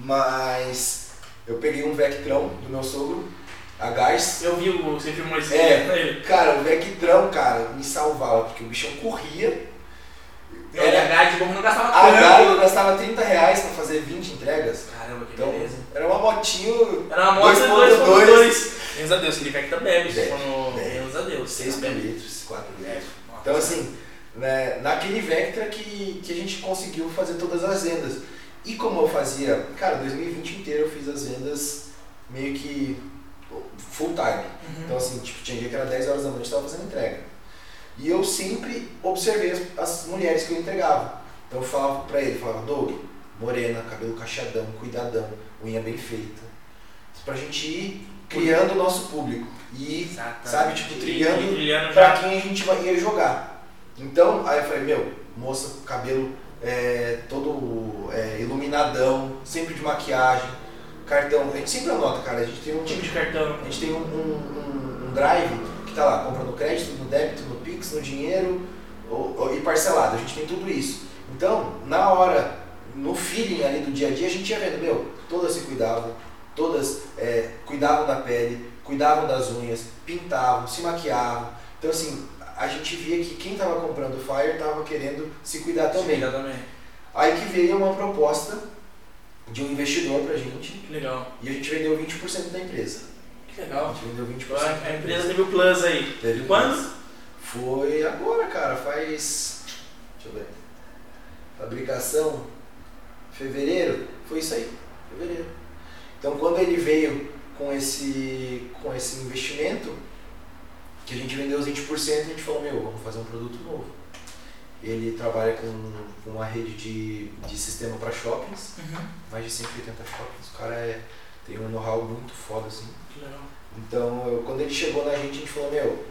mas eu peguei um Vectrão do meu sogro, a gás. Eu vi o, você filmou esse é, ele. Cara, o Vectrão, cara, me salvava, porque o bichão corria. Era, a gás de não gastava A gás eu gastava trinta reais pra fazer vinte entregas. Caramba, que então, beleza. Era uma motinho. Era uma moto dois ponto dois. Menos a Deus, que ele vai que tá bebe. Menos a Deus. seis litros, quatro litros. Então assim, né, naquele Vectra que, que a gente conseguiu fazer todas as vendas. E como eu fazia, cara, dois mil e vinte inteiro eu fiz as vendas meio que full time. Uhum. Então assim, tipo, tinha dia que era dez horas da noite e tava fazendo entrega. E eu sempre observei as, as mulheres que eu entregava. Então eu falava pra ele, falava, Doug, morena, cabelo cacheadão, cuidadão, unha bem feita. Pra gente ir criando o nosso público. E, exatamente. Sabe, tipo, trilhando, trilhando pra quem a gente ia jogar. Então, aí eu falei, meu, moça, cabelo é, todo é, iluminadão, sempre de maquiagem, cartão. A gente sempre anota, cara, a gente tem um tipo de cartão. A gente tem um, um, um, um drive que tá lá, compra no crédito, no débito, no Pix, no dinheiro ou, ou, e parcelado. A gente tem tudo isso. Então, na hora, no feeling ali do dia a dia, a gente ia vendo, meu, todas se cuidavam, todas é, cuidavam da pele, cuidavam das unhas, pintavam, se maquiavam. Então assim, a gente via que quem estava comprando o Fire estava querendo se cuidar também. Se cuidar também. Aí que veio uma proposta de um investidor pra gente. Que legal. E a gente vendeu vinte por cento da empresa. Que legal. A gente vendeu vinte por cento. A empresa teve o plus aí. Teve quando? Foi agora, cara, faz... Deixa eu ver. Fabricação, fevereiro, foi isso aí, fevereiro. Então quando ele veio com esse, com esse investimento, que a gente vendeu os vinte por cento, a gente falou, meu, vamos fazer um produto novo. Ele trabalha com, com uma rede de, de sistema para shoppings, uhum. mais de cento e oitenta shoppings. O cara é, tem um know-how muito foda, assim. Que legal. Então, eu, quando ele chegou na gente, a gente falou, meu,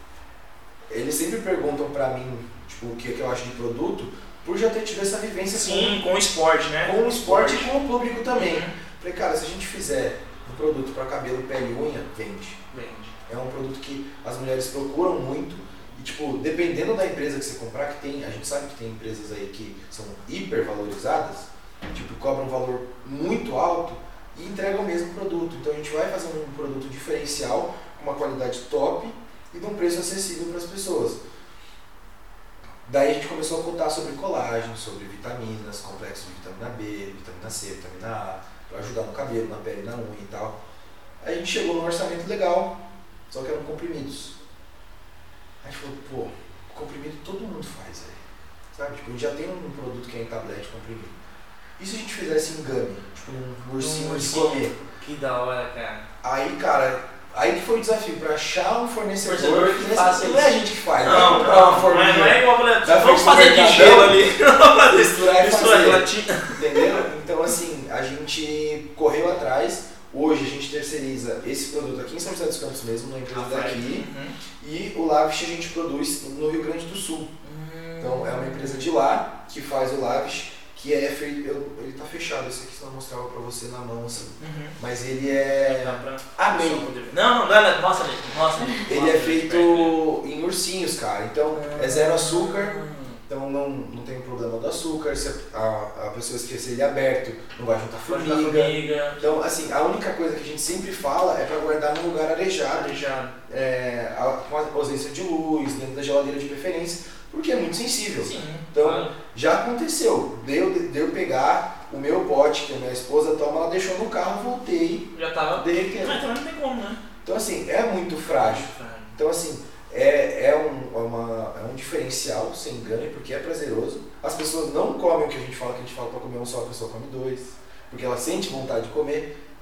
eles sempre perguntam pra mim, tipo, o que, que eu acho de produto, por já ter tido essa vivência. Sim, com, com o esporte, né? Com o esporte, esporte e com o público também. Uhum. Falei, cara, se a gente fizer um produto para cabelo, pele e unha, vende. Vende. É um produto que as mulheres procuram muito e, tipo, dependendo da empresa que você comprar, que tem, a gente sabe que tem empresas aí que são hiper valorizadas, tipo, cobram um valor muito alto e entregam o mesmo produto. Então a gente vai fazer um produto diferencial, com uma qualidade top e de um preço acessível para as pessoas. Daí a gente começou a contar sobre colágeno, sobre vitaminas, complexos de vitamina B, vitamina C, vitamina A, para ajudar no cabelo, na pele, na unha e tal. Aí a gente chegou num orçamento legal, só que eram comprimidos. Aí a gente falou, pô, comprimido todo mundo faz aí. Sabe, tipo, a gente já tem um produto que é em tablete comprimido. E se a gente fizesse em gummy, tipo um ursinho um de comer? Que da hora, cara. Aí, cara... Aí que foi o desafio, para achar um fornecedor, fornecedor que faça isso. Não é a gente que faz, não, não, comprar uma forminha. Não é igual pra... Vamos fazer de gelo ali. Misturar e Misturar fazer. Entendeu? Então assim, a gente correu atrás. Hoje a gente terceiriza esse produto aqui em São José dos Campos mesmo, numa empresa ah, daqui. Uhum. E o Lavish a gente produz no Rio Grande do Sul. Uhum. Então é uma empresa de lá que faz o Lavish. Que é feito, ele tá fechado, esse aqui eu não mostrava pra você na mão assim, uhum. Mas ele é... Pra... Amém. Não, não, não, mostra ali, mostra ali. Ele mostra é feito ali. Em ursinhos, cara, então uhum. é zero açúcar, então não, não tem problema do açúcar, se a, a pessoa esquecer ele aberto, não vai juntar formiga. formiga. Então assim, a única coisa que a gente sempre fala é pra guardar num lugar arejado, arejado. É, com a ausência de luz, dentro da geladeira de preferência. Porque é muito sensível. Sim, então, claro. Já aconteceu. Deu de eu pegar o meu pote que a minha esposa toma, ela deixou no carro, voltei. Já tava derretendo. Mas também não tem como, né? Então, assim, é muito frágil. frágil. Então, assim, é, é, um, é, uma, é um diferencial, sem engano, porque é prazeroso. As pessoas não comem o que a gente fala, que a gente fala para comer um só, a pessoa come dois. Porque ela sente vontade de comer.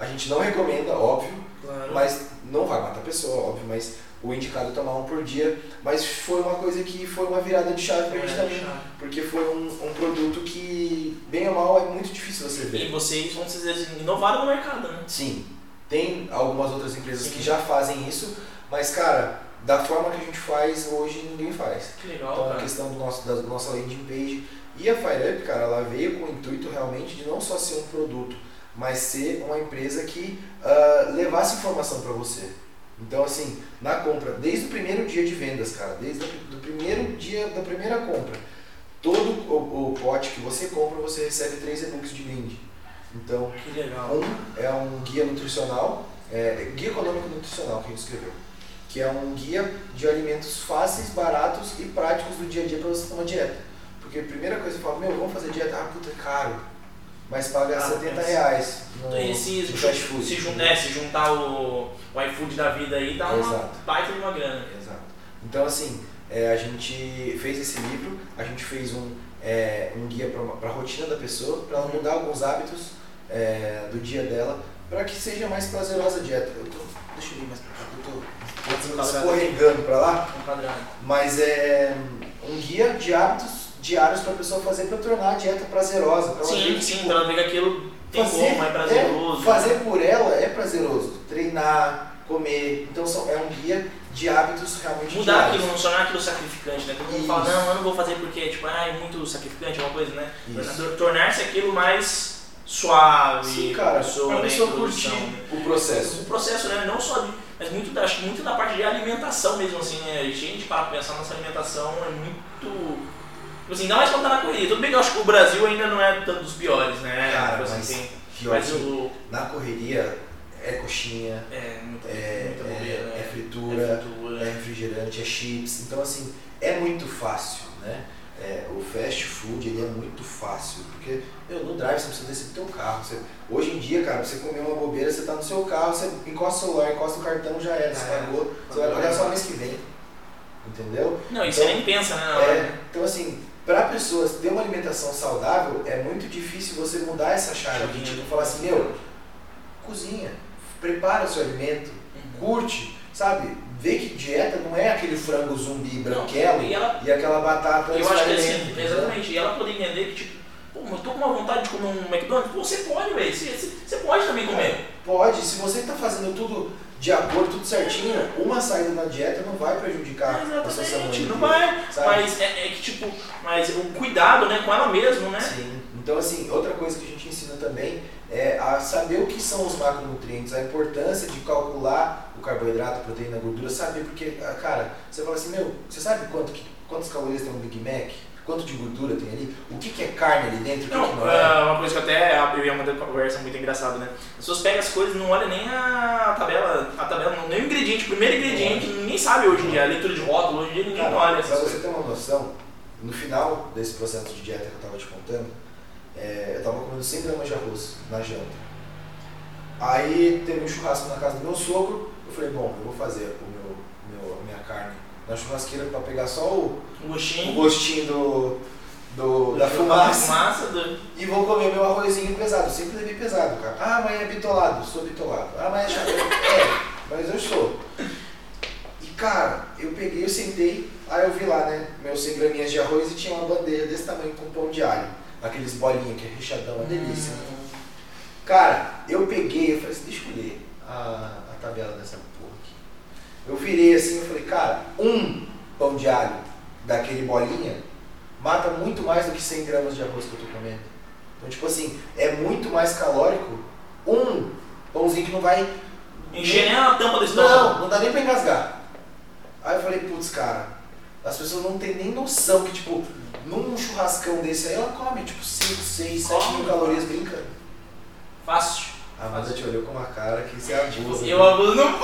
A gente não recomenda, óbvio, Claro. mas não vai matar a pessoa, óbvio, mas o indicado é tomar um por dia. Mas foi uma coisa que foi uma virada de chave pra gente Virada de também, chave. porque foi um, um produto que, bem ou mal, é muito difícil você ver. E vocês, vão dizer, inovaram no mercado, né? Sim, tem algumas outras empresas Sim. que já fazem isso, mas cara, da forma que a gente faz hoje, ninguém faz. Que legal, Então a cara. questão do nosso, da nossa landing page e a FireUp, cara, ela veio com o intuito realmente de não só ser um produto, mas ser uma empresa que uh, levasse informação para você. Então assim, na compra, desde o primeiro dia de vendas, cara, desde o primeiro dia da primeira compra, todo o, o pote que você compra, você recebe três e-books de brinde. Então, Que legal. um é um guia nutricional, é, guia econômico nutricional que a gente escreveu, que é um guia de alimentos fáceis, baratos e práticos do dia a dia para você ter uma dieta. Porque a primeira coisa que você fala, meu, vamos fazer dieta, ah, puta, é caro, mas paga Ah, setenta é. reais no, E se, no fast food. se, jun- é, se juntar o, o iFood da vida aí, dá uma Exato. baita de uma grana. Exato. Então assim, é, a gente fez esse livro, a gente fez um, é, um guia para a rotina da pessoa, para ela mudar alguns hábitos é, do dia dela, para que seja mais prazerosa a dieta. Eu tô, deixa eu ir mais pra cá, eu tô escorregando para lá, Um quadrado. mas é um guia de hábitos diários para a pessoa fazer para tornar a dieta prazerosa. Pra ela Sim, ver que, sim, tipo, pra ela ver que aquilo tem fazer, como, é prazeroso. é, fazer por ela é prazeroso. Treinar, comer. Então são, é um guia de hábitos realmente Mudar diários. aquilo, não tornar aquilo sacrificante, né? Todo mundo Isso. fala, não, eu não vou fazer porque tipo, ah, é muito sacrificante, é uma coisa, né? Isso. Tornar-se aquilo mais suave, Sim, cara, pra pessoa, pra né, pessoa introdução, curtir né? o processo. O processo, né? Não só de, mas muito da, acho que muito da parte de alimentação mesmo, assim, né? A gente para pensar nossa alimentação é muito. Tipo assim, ainda mais quando tá na corrida. Tudo bem que eu acho que o Brasil ainda não é tanto dos piores, né? Cara, Tipo mas assim, tem- pior mas que o. na correria é coxinha, É, muita, é, muita bobeira, é, né? é fritura, É fritura. é refrigerante, é chips. Então assim, é muito fácil, né? É, o fast food ele é muito fácil, porque meu, no drive você não precisa descer do teu carro. Você, hoje em dia, cara, você comer uma bobeira, você tá no seu carro, você encosta o celular, encosta o cartão, já era, você É, pagou, você vai olhar só mês que vem. Entendeu? Não, e Então, você nem pensa, né? Na hora. É, então assim, para pessoas ter uma alimentação saudável, é muito difícil você mudar essa chave de tipo falar assim, meu, cozinha, prepara o seu alimento, Uhum. curte, sabe? Vê que dieta não é aquele frango zumbi branquelo Não, e ela- e aquela batata Eu acho que assim, esfarelenta, entendeu? exatamente, e ela poder entender que, tipo, pô, mas eu tô com uma vontade de comer um McDonald's, você pode, velho, você, você, você pode também comer. Pode, se você está fazendo tudo de acordo, tudo certinho, uma saída na dieta não vai prejudicar a sua saúde. Exatamente, não vai, sabe? mas é, é que, tipo, mas o cuidado, né, com ela mesmo, né? Sim. Então, assim, outra coisa que a gente ensina também é a saber o que são os macronutrientes, a importância de calcular o carboidrato, a proteína, a gordura, saber porque, ah, cara, você fala assim, meu, você sabe quanto que, quantas calorias tem um Big Mac? Quanto de gordura tem ali? O que, que é carne ali dentro? O que, Não, que não é? é uma coisa que até eu ia mandar uma conversa muito engraçada, né? As pessoas pegam as coisas e não olham nem a tabela, a tabela, não, nem o ingrediente, o primeiro ingrediente, ninguém sabe hoje em dia, a leitura de rótulo, hoje em dia ninguém Cara, olha pra essas você coisas. ter uma noção, no final desse processo de dieta que eu tava te contando, é, eu tava comendo cem gramas de arroz na janta. Aí teve um churrasco na casa do meu sogro, eu falei, bom, eu vou fazer o meu, meu, a minha carne na churrasqueira pra pegar só o, O o gostinho, gostinho do, do, da da fumaça fumaça do... e vou comer meu arrozinho pesado. Eu sempre levei pesado, cara. Ah, mas é bitolado, sou bitolado. Ah, mas é chato. É, mas eu sou. E cara, eu peguei, eu sentei, aí eu vi lá, né, meus cem graminhas de arroz e tinha uma bandeja desse tamanho com pão de alho. Aqueles bolinhos que é recheadão, uma delícia. Cara, eu peguei, eu falei assim, deixa eu ler a, a tabela dessa porra aqui. Eu virei assim, eu falei, cara, um pão de alho daquele bolinha mata muito mais do que cem gramas de arroz que eu tô comendo. Então, tipo assim, é muito mais calórico um pãozinho que não vai... Encher nem a tampa do estômago. Não, não dá nem pra engasgar. Aí eu falei, putz, cara, as pessoas não têm nem noção que, tipo, num churrascão desse aí, ela come, tipo, cinco, seis, sete mil calorias brincando. Fácil. A Amanda te olhou com uma cara que você abusa. Eu abuso não.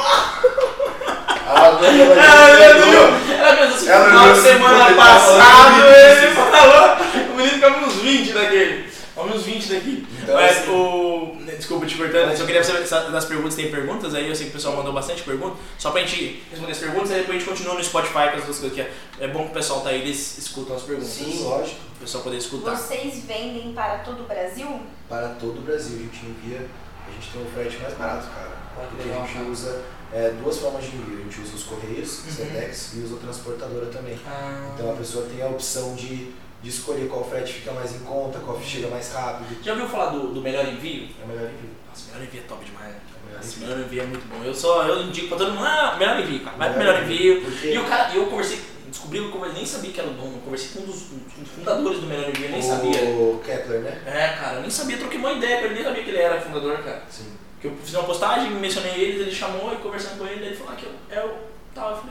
A Amanda Ela viu? ela pensou assim, Ela no final de viu semana assim, passado, ela ele falou, o menino come uns vinte daquele. Come uns vinte daqui. Então, Mas assim, o. Desculpa te cortando, só queria saber se das perguntas tem perguntas, aí eu sei que o pessoal mandou bastante perguntas. Só pra gente responder as perguntas, aí depois a gente continua no Spotify com as duas coisas que é, é bom que o pessoal tá aí, eles escutam as perguntas. sim, lógico. O pessoal poder escutar. Vocês vendem para todo o Brasil? Para todo o Brasil, a gente envia a gente tem o frete mais barato, cara. Ah, que porque legal, a gente cara. usa é, duas formas de envio. A gente usa os correios, Uhum. Sedex, e usa a transportadora também. Ah. Então a pessoa tem a opção de, de escolher qual frete fica mais em conta, qual chega mais rápido. Já ouviu falar do, do melhor envio? É o melhor envio. Nossa, o melhor envio é top demais, né? É o melhor Nossa, o envio. melhor envio é muito bom. Eu só eu indico pra todo mundo, ah, melhor envio, cara. Vai pro Melhor melhor envio. Porque E o cara, eu conversei, descobri que eu conversei, nem sabia que era o dono, eu conversei com um dos, um dos fundadores do melhor envio, eu nem o sabia. Kepler, né? É, cara, eu nem sabia, troquei uma ideia com ele, nem sabia que ele era fundador, cara. Sim. Que eu fiz uma postagem, mencionei eles, ele chamou e conversando com ele, ele falou ah, que eu, é o tal. Eu falei,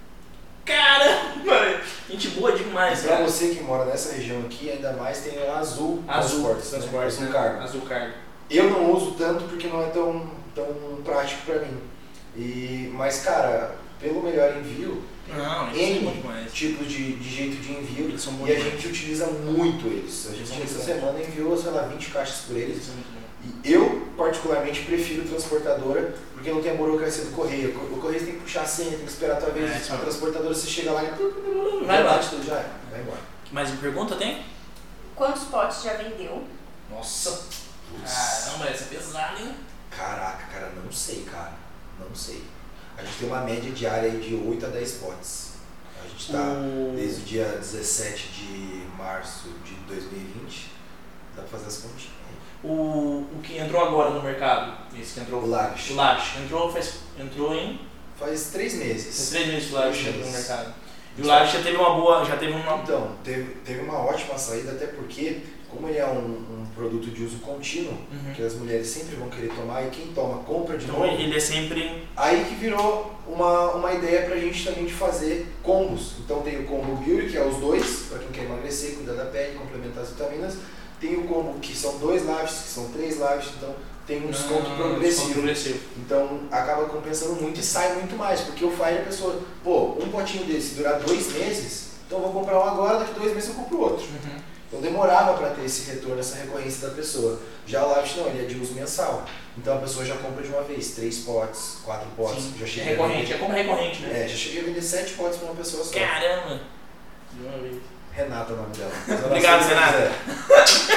caramba, gente boa demais, E pra cara. você que mora nessa região aqui, ainda mais tem a Azul Azul, Transportes, né? transportes, Azul né? Cargo. Azul Cargo. Eu não uso tanto porque não é tão, tão prático pra mim. E, mas, cara, pelo melhor envio, Não, eles N são bons demais. tipos de, de jeito de envio Eles são bons e a demais. gente utiliza muito eles. A Eles são gente muito essa bons. semana enviou, sei lá, vinte caixas por Eles eles. são muito bons. E eu, particularmente, prefiro transportadora porque não tem a burocracia do correio. O correio tem que puxar a senha, tem que esperar a tua vez. É, a sim. transportadora você chega lá e Vai lá. bate tudo, já é, vai embora. Mais uma pergunta tem? Quantos potes já vendeu? Nossa, Putz. caramba, essa é pesada, hein? Caraca, cara, não sei, cara. Não sei. A gente tem uma média diária aí de oito a dez potes. A gente tá O- desde o dia dezessete de março de dois mil e vinte. Dá pra fazer as continhas. O, o que entrou agora no mercado, esse que entrou, O Lavish. o Lavish, entrou, faz, entrou em Faz três faz meses. três meses que o Lavish Três entrou no meses. mercado. E o Lavish já teve uma boa, já teve uma... Então, teve, teve uma ótima saída, até porque, como ele é um, um produto de uso contínuo, Uhum. que as mulheres sempre vão querer tomar e quem toma compra de Então novo, ele é sempre... aí que virou uma, uma ideia pra gente também de fazer combos. Então tem o combo Beauty, que é os dois, pra quem quer emagrecer, cuidar da pele, complementar as vitaminas. Tem o combo que são dois Lavish, que são três Lavish, então tem um desconto Ah, progressivo. desconto progressivo. Então acaba compensando muito e sai muito mais, porque o Fire a pessoa, pô, um potinho desse durar dois meses, então eu vou comprar um agora, daqui dois meses eu compro outro. Uhum. Então demorava para ter esse retorno, essa recorrência da pessoa. Já o Lavish não, ele é de uso mensal. Então a pessoa já compra de uma vez, três potes, quatro potes, Sim, já é cheguei a recorrente, vender, é como recorrente, né? é, já cheguei a vender sete potes para uma pessoa só. Caramba! De uma vez. Renata é o nome dela. Obrigado, Se você Renata. quiser.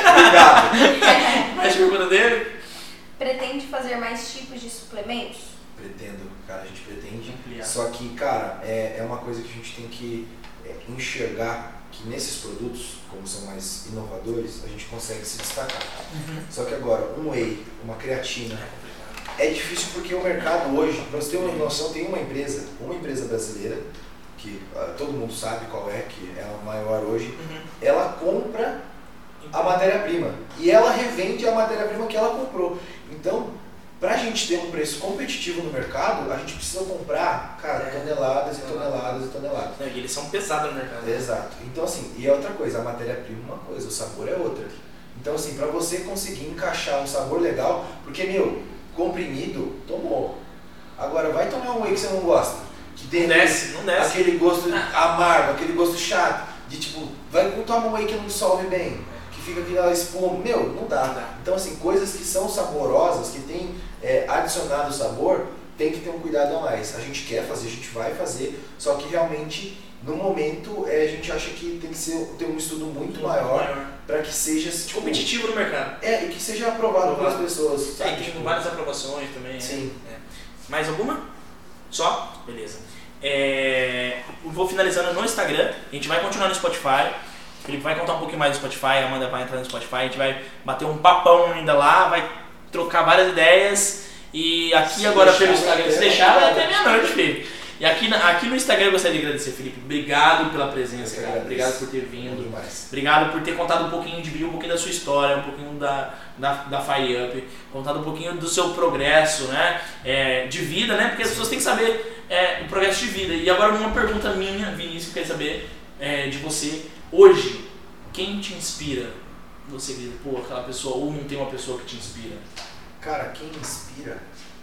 Obrigado. Mais pergunta dele? Pretende fazer mais tipos de suplementos? Pretendo, cara, a gente pretende. Ampliar. Só que, cara, é, é uma coisa que a gente tem que é, enxergar que nesses produtos, como são mais inovadores, a gente consegue se destacar. Uhum. Só que agora, um whey, uma creatina, É complicado. é difícil porque o mercado hoje, pra você ter uma noção, tem uma empresa, uma empresa brasileira, que ah, todo mundo sabe qual é, que é a maior hoje, Uhum. ela compra a matéria-prima e ela revende a matéria-prima que ela comprou. Então, pra gente ter um preço competitivo no mercado, a gente precisa comprar, cara, É. toneladas e toneladas e toneladas. Não, e eles são pesados no mercado. Exato. Então, assim, e é outra coisa, a matéria-prima é uma coisa, o sabor é outra. Então, assim, pra você conseguir encaixar um sabor legal, porque, meu, comprimido, tomou. Agora, vai tomar um whey que você não gosta, que tem Não desce, não desce. aquele gosto amargo, aquele gosto chato, de tipo, vai tomar um whey que não dissolve bem, que fica aquela espuma, meu, não dá. Não dá. Então, assim, coisas que são saborosas, que tem é, adicionado sabor, tem que ter um cuidado a mais. A gente quer fazer, a gente vai fazer, só que realmente, no momento, é, a gente acha que tem que ser, ter um estudo muito maior para que seja tipo, Competitivo no mercado. é, e que seja aprovado pelas Aprovado. pessoas. Tem, Sabe? tem Tipo, várias aprovações também. Sim. É. Mais alguma? Só? Beleza. É, eu vou finalizando no Instagram. A gente vai continuar no Spotify. O Felipe vai contar um pouquinho mais do Spotify. A Amanda vai entrar no Spotify. A gente vai bater um papão ainda lá. Vai trocar várias ideias. E aqui Se agora deixar, pelo Instagram, vai se até deixar, vai até meia-noite. meia-noite, Felipe. E aqui, na- aqui no Instagram eu gostaria de agradecer, Felipe. Obrigado pela presença, Eu que cara. agradeço. Obrigado por ter Bom vindo. demais. Obrigado por ter contado um pouquinho, dividido um pouquinho da sua história, um pouquinho da, da, da Fire Up, contado um pouquinho do seu progresso, né, é, de vida, né, porque as pessoas têm que saber é, o progresso de vida. E agora uma pergunta minha, Vinícius, eu quero saber é, de você, hoje, quem te inspira? Você diz, pô, aquela pessoa, ou não tem uma pessoa que te inspira? Cara, quem me inspira?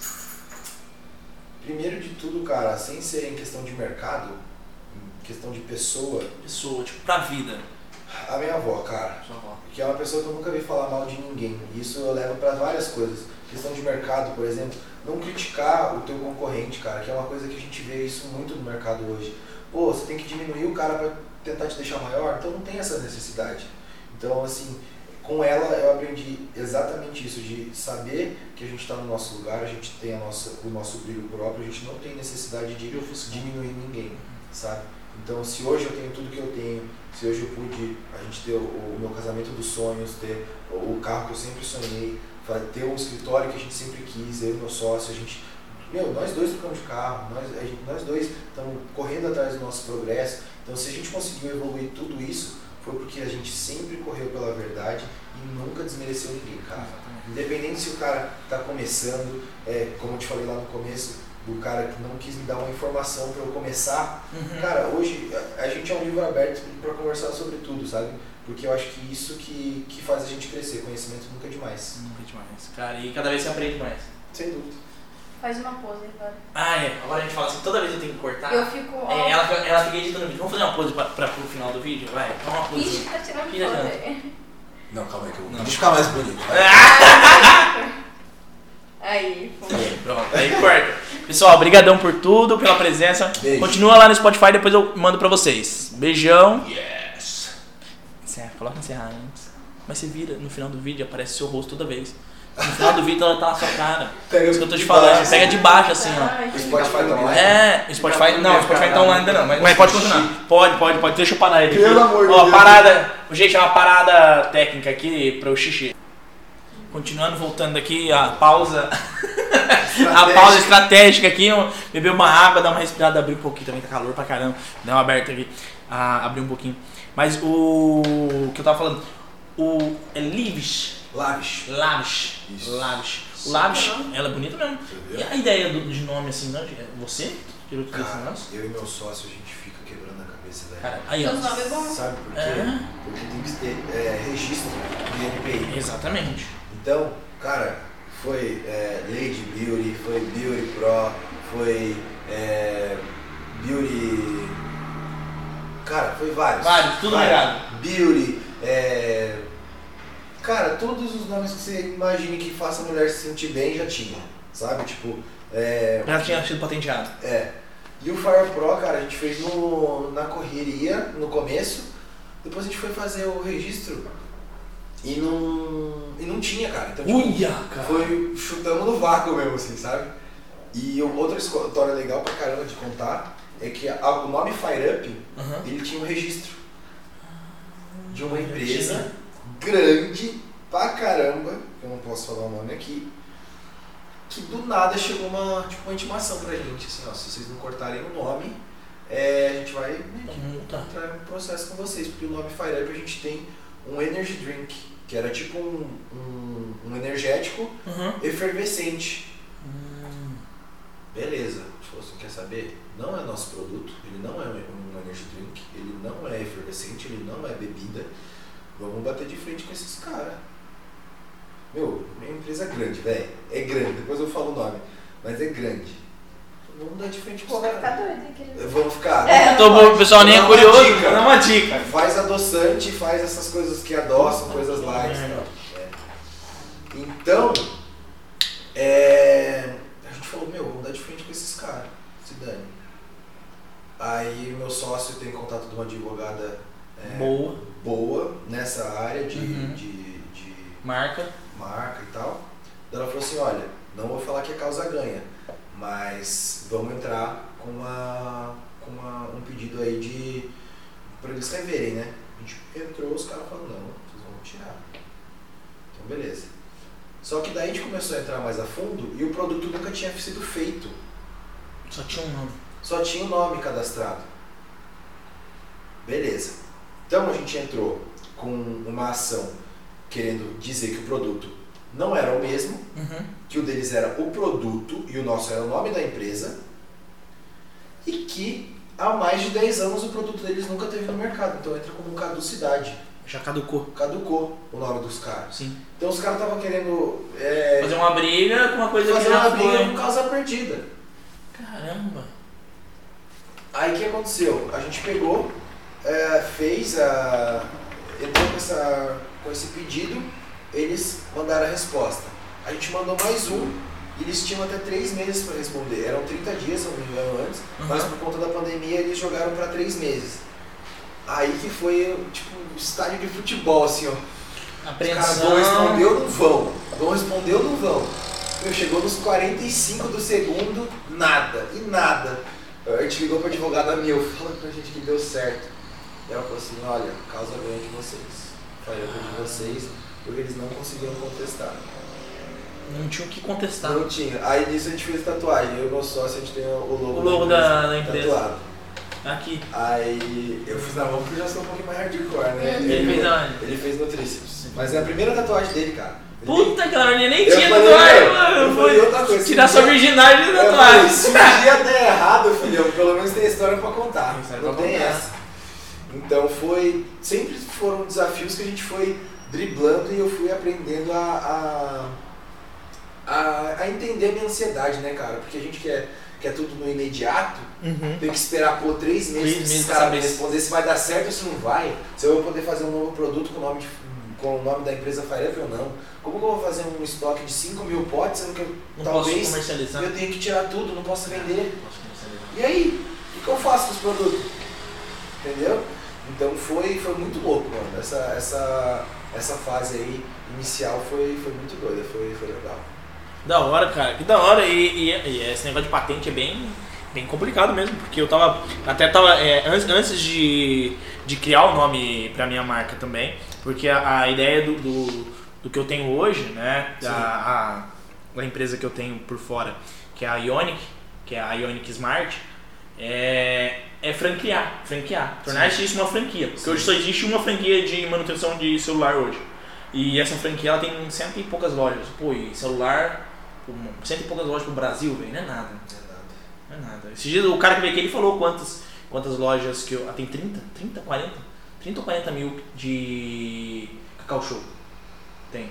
Primeiro de tudo, cara, sem ser em questão de mercado, em questão de pessoa, Pessoa, tipo, pra vida. a minha avó, cara. Sua avó. Que é uma pessoa que eu nunca vi falar mal de ninguém. E isso eu levo pra várias coisas. Questão de mercado, por exemplo, não criticar o teu concorrente, cara, que é uma coisa que a gente vê isso muito no mercado hoje. Pô, você tem que diminuir o cara pra tentar te deixar maior, então não tem essa necessidade. Então, assim, com ela eu aprendi exatamente isso, de saber que a gente está no nosso lugar, a gente tem a nossa, o nosso brilho próprio, a gente não tem necessidade de diminuir ninguém, sabe? Então, se hoje eu tenho tudo que eu tenho, se hoje eu pude, a gente ter o, o meu casamento dos sonhos, ter o carro que eu sempre sonhei, ter um escritório que a gente sempre quis, eu e meu sócio, a gente, meu, nós dois trocamos de carro, nós, a gente, nós dois estamos correndo atrás do nosso progresso. Então, se a gente conseguiu evoluir tudo isso, foi porque a gente sempre correu pela verdade e nunca desmereceu ninguém, cara. Independente se o cara está começando, é, como eu te falei lá no começo, do cara que não quis me dar uma informação para eu começar. Uhum. Cara, hoje a, a gente é um livro aberto para conversar sobre tudo, sabe? Porque eu acho que isso que, que faz a gente crescer. Conhecimento nunca é demais. Nunca é demais. Cara, e cada vez você aprende mais. Sem dúvida. Faz uma pose agora. Ah, é. Agora a gente fala assim, toda vez eu tenho que cortar. Eu fico... Ó... É, ela, ela fica editando o vídeo. Vamos fazer uma pose pra, pra, pro final do vídeo? Vai, dá uma pose. Ixi, tá tirando Tira foto. Não, calma aí que eu vou... Não. Deixa eu ficar mais bonito. Aí, foi. Pronto, aí corta. Pessoal, obrigadão por tudo, pela presença. Beijo. Continua lá no Spotify, depois eu mando pra vocês. Beijão. Yes. Encerra, coloca encerrar antes. Mas você vira, no final do vídeo aparece seu rosto toda vez. No final do vídeo ela tá na sua cara. Pega isso que eu tô te de falando. baixo, Pega assim. de baixo assim, ó. O Spotify tá online? É, o Spotify. Não, o Spotify tá online ainda não, mas, mas pode continuar. Pode, pode, pode. Deixa eu parar ele. Pelo amor de Ó, Deus. parada. Gente, é uma parada técnica aqui para o xixi. Continuando, voltando aqui, a pausa. A pausa estratégica aqui. Beber uma água, dar uma respirada, abrir um pouquinho também, tá calor pra caramba. Dá uma aberta aqui. Ah, abrir um pouquinho. Mas o que eu tava falando, o. É Lavish. Lavish. Lavish. Isso. Lavish. O Lavish, ela é bonita mesmo. E a ideia do, de nome assim, não? Você? Tirou tudo esse Cara, negócio? eu e meu sócio, a gente fica quebrando a cabeça daí. Cara, aí ó. Seus nomes é bom. Sabe por quê? É. Porque tem que ter é, registro de N P I. Exatamente. Então, cara, foi é, Lady Beauty, foi Beauty Pro, foi é, Beauty... Cara, foi vários. Vários, tudo ligado. Beauty, é... Cara, todos os nomes que você imagine que faça a mulher se sentir bem já tinha, sabe? Tipo... É... Já tinha sido patenteado. É. E o Fire Pro, cara, a gente fez no, na correria, no começo. Depois a gente foi fazer o registro e não, e não tinha, cara. Então, tipo, Uia, cara. foi chutando no vácuo mesmo, assim, sabe? E outra história legal pra caramba de contar é que a, o nome Fire Up, Uhum. ele tinha um registro de uma empresa grande pra caramba, que eu não posso falar o nome aqui, que do nada chegou uma, tipo, uma intimação pra gente, assim, ó, se vocês não cortarem o nome, é, a gente vai né, Hum, tá. entrar em processo com vocês, porque o nome Fire Up a gente tem um energy drink, que era tipo um, um, um energético Uhum. efervescente. Hum. Beleza, a gente falou assim, quer saber? Não é nosso produto, ele não é um energy drink, ele não é efervescente, ele não é bebida, vamos bater de frente com esses caras. Meu, minha empresa é grande, velho. É grande, depois eu falo o nome. Mas é grande. Vamos dar de frente com Pô, os vai ficar caras. doido aquele. Vamos ficar. É. Então, o pessoal nem é Vou dar uma curioso, dica. dá uma dica. Faz adoçante, faz essas coisas que adoçam, coisas light e É. tal. É. Então, é, a gente falou, meu, vamos dar de frente com esses caras. Se dane. Aí meu sócio tem contato de uma advogada é, Boa. boa nessa área de, Uhum. de, de Marca. marca e tal. Daí ela falou assim, olha, não vou falar que a causa ganha, mas vamos entrar com, uma, com uma, um pedido aí de para eles reverem, né? A gente entrou, os caras falaram, não, vocês vão tirar. Então beleza. Só que daí a gente começou a entrar mais a fundo e o produto nunca tinha sido feito. Só tinha um nome. Só tinha o nome cadastrado. Beleza. Então a gente entrou com uma ação querendo dizer que o produto não era o mesmo, Uhum. que o deles era o produto e o nosso era o nome da empresa, e que há mais de dez anos o produto deles nunca teve no mercado, então entra como caducidade. Já caducou. Caducou o nome dos caras. Sim. Então os caras estavam querendo é, Fazer uma briga com uma coisa fazer que já uma briga foi. por causa perdida. Caramba. Aí o que aconteceu? A gente pegou, é, fez a. entrou com, essa, com esse pedido, eles mandaram a resposta. A gente mandou mais um e eles tinham até três meses para responder. Eram trinta dias, se não me engano, antes, Uhum. mas por conta da pandemia eles jogaram para três meses. Aí que foi tipo um estádio de futebol, assim, ó. Apreensão. Os caras vão responder ou não vão? Vão responder ou não vão? Meu, chegou nos quarenta e cinco do segundo, nada, e nada. A gente ligou pra advogada Mil, fala pra gente que deu certo. E ela falou assim, olha, causa ganha de vocês. Falei de vocês, porque eles não conseguiram contestar. Não tinha o que contestar. Não tinha. Aí nisso a gente fez tatuagem. Eu e meu sócio, a gente tem o logo, o logo da, da empresa tatuado. Aqui. Aí eu fiz na mão porque eu já sou um pouquinho mais hardcore, né? Ele, ele fez aonde? Ele fez no tríceps. Mas é a primeira tatuagem dele, cara. Ele Puta tem... que pariu, ele nem eu tinha falei, tatuagem, eu, mano. eu falei outra coisa. Tirar sua virgindade de Eu falei, tatuagem. se um dia der errado, filhão, pelo menos tem história pra contar. Tem história Não pra tem contar. essa. Então foi. Sempre foram desafios que a gente foi driblando e eu fui aprendendo a. a, a, a entender a minha ansiedade, né, cara? Porque a gente quer, quer tudo no imediato, Uhum. tem que esperar por três meses Três meses para os caras pra me saber. responder se vai dar certo ou se não vai, se eu vou poder fazer um novo produto com o nome, de, com o nome da empresa Fireup ou não. Como que eu vou fazer um estoque de cinco mil potes, sendo que eu, Não talvez posso comercializar. eu tenho que tirar tudo, não posso vender. Não posso comercializar. E aí, o que eu faço com os produtos? Entendeu? Então foi, foi muito louco, mano. Essa, essa, essa fase aí inicial foi, foi muito doida, foi, foi legal. Da hora, cara, que da hora. E, e, e esse negócio de patente é bem, bem complicado mesmo, porque eu tava. Até tava. É, antes antes de, de criar o nome pra minha marca também, porque a, a ideia do, do, do que eu tenho hoje, né? A, a, a empresa que eu tenho por fora, que é a Ionic, que é a Ionic Smart, é, é franquear, franquear, tornar isso uma franquia. Porque Sim. hoje só existe uma franquia de manutenção de celular hoje. E essa franquia ela tem cento e poucas lojas. Pô, e celular, cento e poucas lojas pro Brasil, velho, não é nada. Não é nada. Esse dia o cara que veio aqui, ele falou quantas, quantas lojas que eu... Ah, tem trinta? trinta, quarenta? trinta ou quarenta mil de Cacau Show. Tem.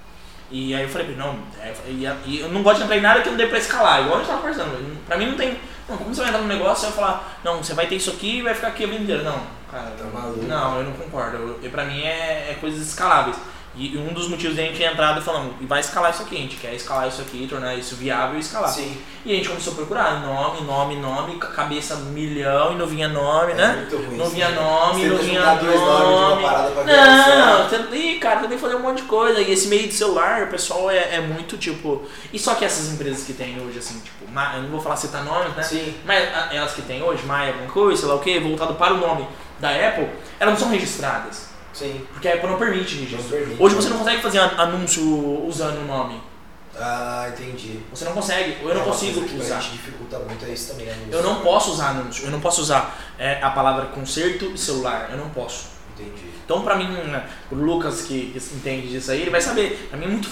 E aí eu falei pra ele, não, é, e, e eu não gosto de entrar em nada que não dê pra escalar, igual a gente tava conversando. Pra mim não tem... Não, como você vai entrar no negócio e vai falar, não, você vai ter isso aqui e vai ficar aqui a vida inteira. Não, cara, Tá maluco. não, eu não concordo. Eu, eu, pra mim é, é coisas escaláveis. E um dos motivos da gente ter entrado falando, vai escalar isso aqui, a gente quer escalar isso aqui, tornar isso viável e escalar. Sim. E a gente começou a procurar nome, nome, nome, cabeça milhão e não vinha nome, É né? muito ruim. Não isso, vinha né? nome, Você não tenta vinha juntar dois nomes de uma nome. parada pra virar Não, só. você- ih, cara, tem que fazer um monte de coisa. E esse meio de celular, o pessoal é, é muito tipo. E só que essas empresas que tem hoje, assim, tipo, Ma- eu não vou falar citar nomes, né? Sim. Mas a- elas que tem hoje, Maia, alguma coisa, sei lá o que, voltado para o nome da Apple, elas não são registradas. Sim. Porque a Apple não permite registro. Não permite. Hoje você não consegue fazer an- anúncio usando o nome. Ah, entendi. Você não consegue, ou eu É não uma consigo coisa que usar. A gente dificulta muito é isso também, né? Eu não posso usar anúncio, eu não posso usar é, a palavra conserto e celular, eu não posso. Entendi. Então pra mim, né, o Lucas que, que entende disso aí, ele vai saber, pra mim é muito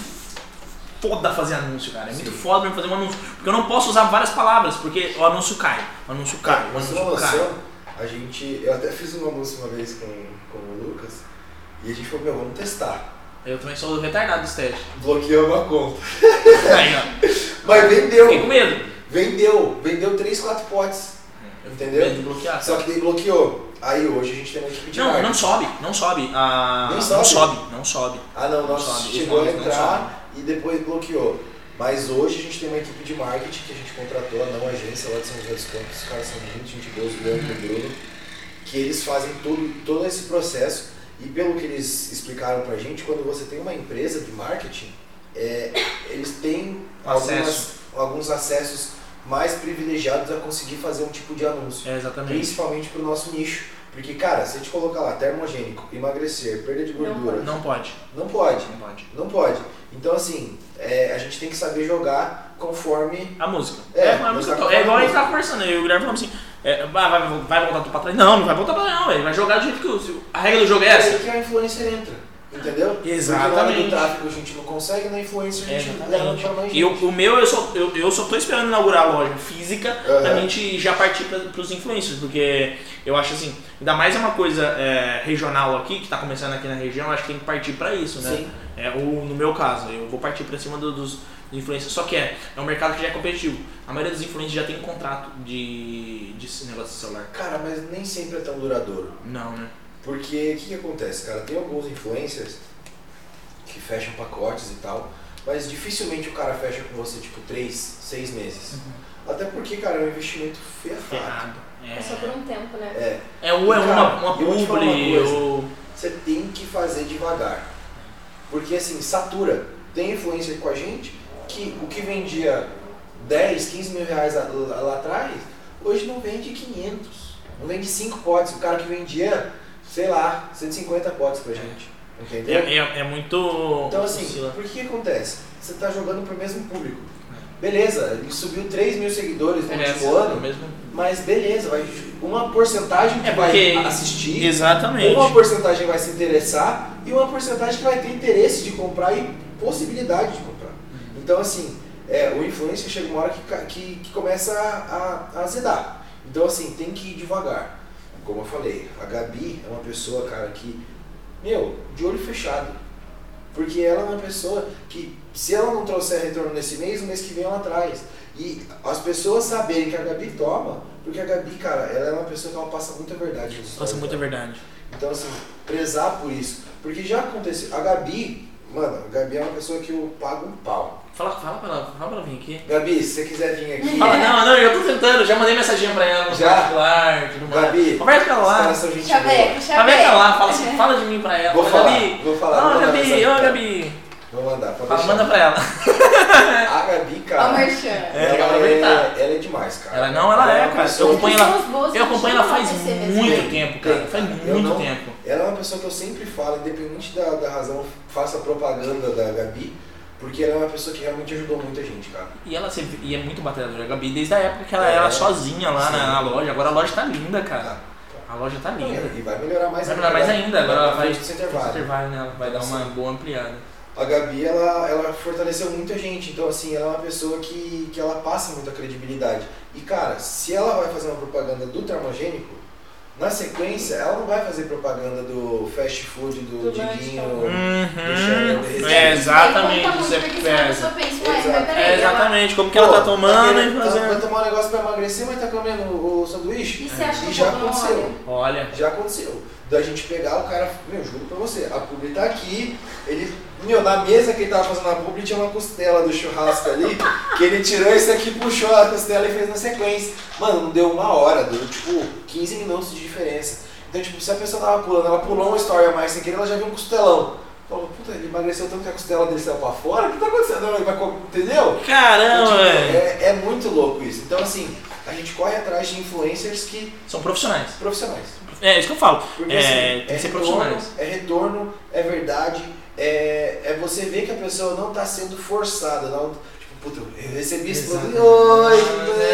foda fazer anúncio, cara, é muito Sim. foda pra mim fazer um anúncio, porque eu não posso usar várias palavras, porque o anúncio cai, o anúncio cai, o Mas anúncio uma cai. noção, a gente, eu até fiz um anúncio uma vez com, com o Lucas e a gente falou, meu, vamos testar. Eu também sou retardado desse teste. Bloqueamos uma conta. Aí, ó, Mas vendeu. fiquei com medo. Vendeu. Vendeu três, quatro potes. Eu Entendeu? medo de bloquear. Só que daí bloqueou. Aí hoje a gente tem uma equipe de Não, marketing. não sobe, não sobe. Ah, Nem não sobe? sobe, não sobe. Ah não, Não nós sobe, os chegou a nomes não entrar e depois bloqueou. Mas hoje a gente tem uma equipe de marketing que a gente contratou, a não agência lá de São José dos Campos, os caras são muito gente boa, os Leandro e o Bruno, que eles fazem todo, todo esse processo e pelo que eles explicaram pra gente, quando você tem uma empresa de marketing, é, eles têm Acesso. algumas, alguns acessos mais privilegiados a conseguir fazer um tipo de anúncio. É, exatamente. Principalmente pro nosso nicho. Porque, cara, se a gente colocar lá termogênico, emagrecer, perda de gordura, Não pode. não pode. Não pode. Não pode. Então, assim, é, a gente tem que saber jogar conforme... A música. É, É, a música tá to- é igual a gente música. tava conversando aí, o Guilherme falou assim, é, vai, vai, vai voltar tudo pra trás? Não, não vai voltar pra trás não, ele vai jogar do jeito que o- a regra do jogo é É essa. aí que a influencer entra. Entendeu? Exatamente. Porque na hora do tráfego a gente não consegue, na influência a É, gente leva exatamente. pra mais gente. E o, o meu, eu só, eu, eu só tô esperando inaugurar a loja física Uhum. pra gente já partir pra, pros influencers, porque eu acho assim, ainda mais é uma coisa é, regional aqui, que tá começando aqui na região, eu acho que tem que partir pra isso, né? Sim. É, ou no meu caso, eu vou partir pra cima do- dos influencers, só que é, é um mercado que já é competitivo. A maioria dos influencers já tem um contrato de, de negócio de celular. Cara, mas nem sempre é tão duradouro. Não, né? Porque o que, que acontece, cara? Tem alguns influencers que fecham pacotes e tal, mas dificilmente o cara fecha com você tipo três, seis meses. Até porque, cara, é um investimento ferrado. Ferrado. É só por um tempo, né? É. É, ou é E, cara, uma, uma eu vou te falar uma publi, coisa. ou... Você tem que fazer devagar. Porque assim, satura. Tem influencer com a gente que o que vendia dez, quinze mil reais lá, lá atrás, hoje não vende quinhentos. Não vende cinco potes. O cara que vendia, sei lá, cento e cinquenta potes pra gente. Entendeu? É, é, é muito... Então assim, por que que acontece? Você tá jogando pro mesmo público. Beleza, ele subiu três mil seguidores no último ano, mesmo... mas beleza, vai, uma porcentagem que é porque... vai assistir, exatamente. Uma porcentagem vai se interessar e uma porcentagem que vai ter interesse de comprar e possibilidade de comprar. Então assim, é, o influencer chega uma hora que, que, que começa a, a azedar. Então assim, tem que ir devagar. Como eu falei, a Gabi é uma pessoa, cara, que, meu, de olho fechado. Porque ela é uma pessoa que, se ela não trouxer retorno nesse mês, no mês que vem ela traz. E as pessoas saberem que a Gabi toma, porque a Gabi, cara, ela é uma pessoa que ela passa muita verdade. Passa muita verdade. Então assim, prezar por isso. Porque já aconteceu, a Gabi, mano, a Gabi é uma pessoa que eu pago um pau. Fala, fala pra ela, fala pra ela vir aqui. Gabi, se você quiser vir aqui... Fala, não, não, eu tô tentando, já mandei mensaginha pra ela no já? particular, tudo mais. Gabi, conversa com ela lá. Chaveco, chaveco. Chaveca lá, fala, assim, fala de mim pra ela. Vou fala, falar, Gabi, vou falar. Ó, vou Gabi, ó, Gabi. Vou mandar, pode Fala, deixar. manda pra ela. A Gabi, cara, Ó, merchan. É, ela, é, ela é demais, cara. Ela não, ela é, uma cara. pessoa Eu acompanho que- ela, eu acompanho ela faz Tem, muito tem, tempo, cara. tem, Faz cara. Eu muito não- tempo. Ela é uma pessoa que eu sempre falo, independente da, da razão, faça propaganda da Gabi, porque ela é uma pessoa que realmente ajudou muita gente, cara. E ela sempre, e é muito batalhadora. A Gabi, desde a época que ela É, era sozinha lá sim. na, na loja. Agora a loja tá linda, cara. A loja tá linda. E vai melhorar mais Vai melhorar mais ainda. Agora ela vai ser intervalo. intervalo, né? Ela vai dar uma Sim. boa ampliada. A Gabi, ela, ela fortaleceu muita gente, então assim, ela é uma pessoa que, que ela passa muita credibilidade. E cara, se ela vai fazer uma propaganda do termogênico, na sequência, ela não vai fazer propaganda do fast food, do Do Diguinho, Uhum. do Xander derretido. É, exatamente, Conta isso é muito, porque senão a pesa. pessoa pensa, ué, Exato. mas peraí, É, exatamente, como que ela Pô, tá tomando tá e querendo- tá- fazendo. vai tomar um negócio pra emagrecer, mas tá comendo o, o sanduíche? E você acha E que já eu vou aconteceu. Olha, Já aconteceu. Da gente pegar o cara, meu, juro pra você, a publi tá aqui, ele, meu, na mesa que ele tava fazendo a publi tinha uma costela do churrasco ali, que ele tirou esse aqui, puxou a costela e fez na sequência. Mano, não deu uma hora, deu tipo quinze minutos de diferença. Então, tipo, se a pessoa tava pulando, ela pulou uma story a mais sem querer, ela já viu um costelão. Falou, puta, ele emagreceu tanto que a costela dele saiu pra fora, o que tá acontecendo? Não, ele vai comer, entendeu? caramba, Então, tipo, velho. é, é muito louco isso. Então, assim, a gente corre atrás de influencers que São profissionais. profissionais. É isso que eu falo. Porque É, assim, tem que é ser retorno, profissionais. é retorno, é verdade, é, é você ver que a pessoa não está sendo forçada, não, tipo, puta, eu recebi esse Exato. produto, oi, tudo bem?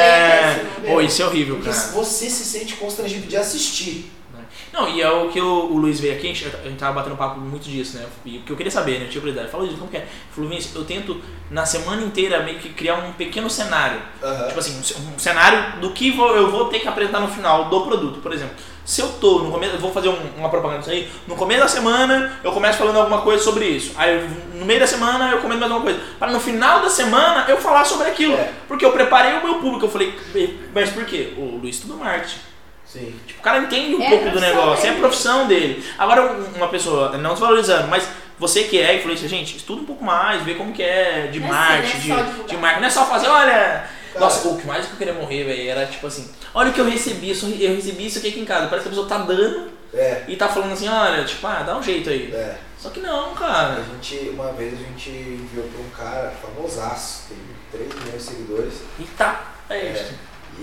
É, Meu, pô, isso é horrível, porque cara. você se sente constrangido de assistir. Não, e é o que o, o Luiz veio aqui, a gente, a gente tava batendo papo muito disso, né? E o que eu queria saber, né? Eu tinha curiosidade. Falou isso, como que é? Ele falou, Vinícius, eu tento na semana inteira meio que criar um pequeno cenário. Aham. Tipo assim, um, ce- um cenário do que vou- eu vou ter que apresentar no final do produto. Por exemplo, se eu tô no começo, eu vou fazer um- uma propaganda disso aí, no começo da semana eu começo falando alguma coisa sobre isso. Aí eu- no meio da semana eu comento mais alguma coisa. Para no final da semana eu falar sobre aquilo. É. Porque eu preparei o meu público. Eu falei, mas por quê? O Luiz estuda marketing. Sim. Tipo, o cara entende um É a pouco do profissão negócio, é a dele. profissão dele. Agora, um- uma pessoa, não desvalorizando, mas você que é influencer, gente, estuda um pouco mais, vê como que é de Não é marketing, assim, não é só de, divulgar. de marketing. Não é só fazer, olha... Cara. Nossa, o que mais que eu queria morrer, velho, era tipo assim, olha o que eu recebi, eu eu recebi isso aqui, aqui em casa. Parece que a pessoa tá dando É, e tá falando assim, olha, tipo, ah, dá um jeito aí. é. Só que não, A cara. gente, uma vez a gente enviou pra um cara famosaço, tem três milhões de seguidores. E tá, é isso.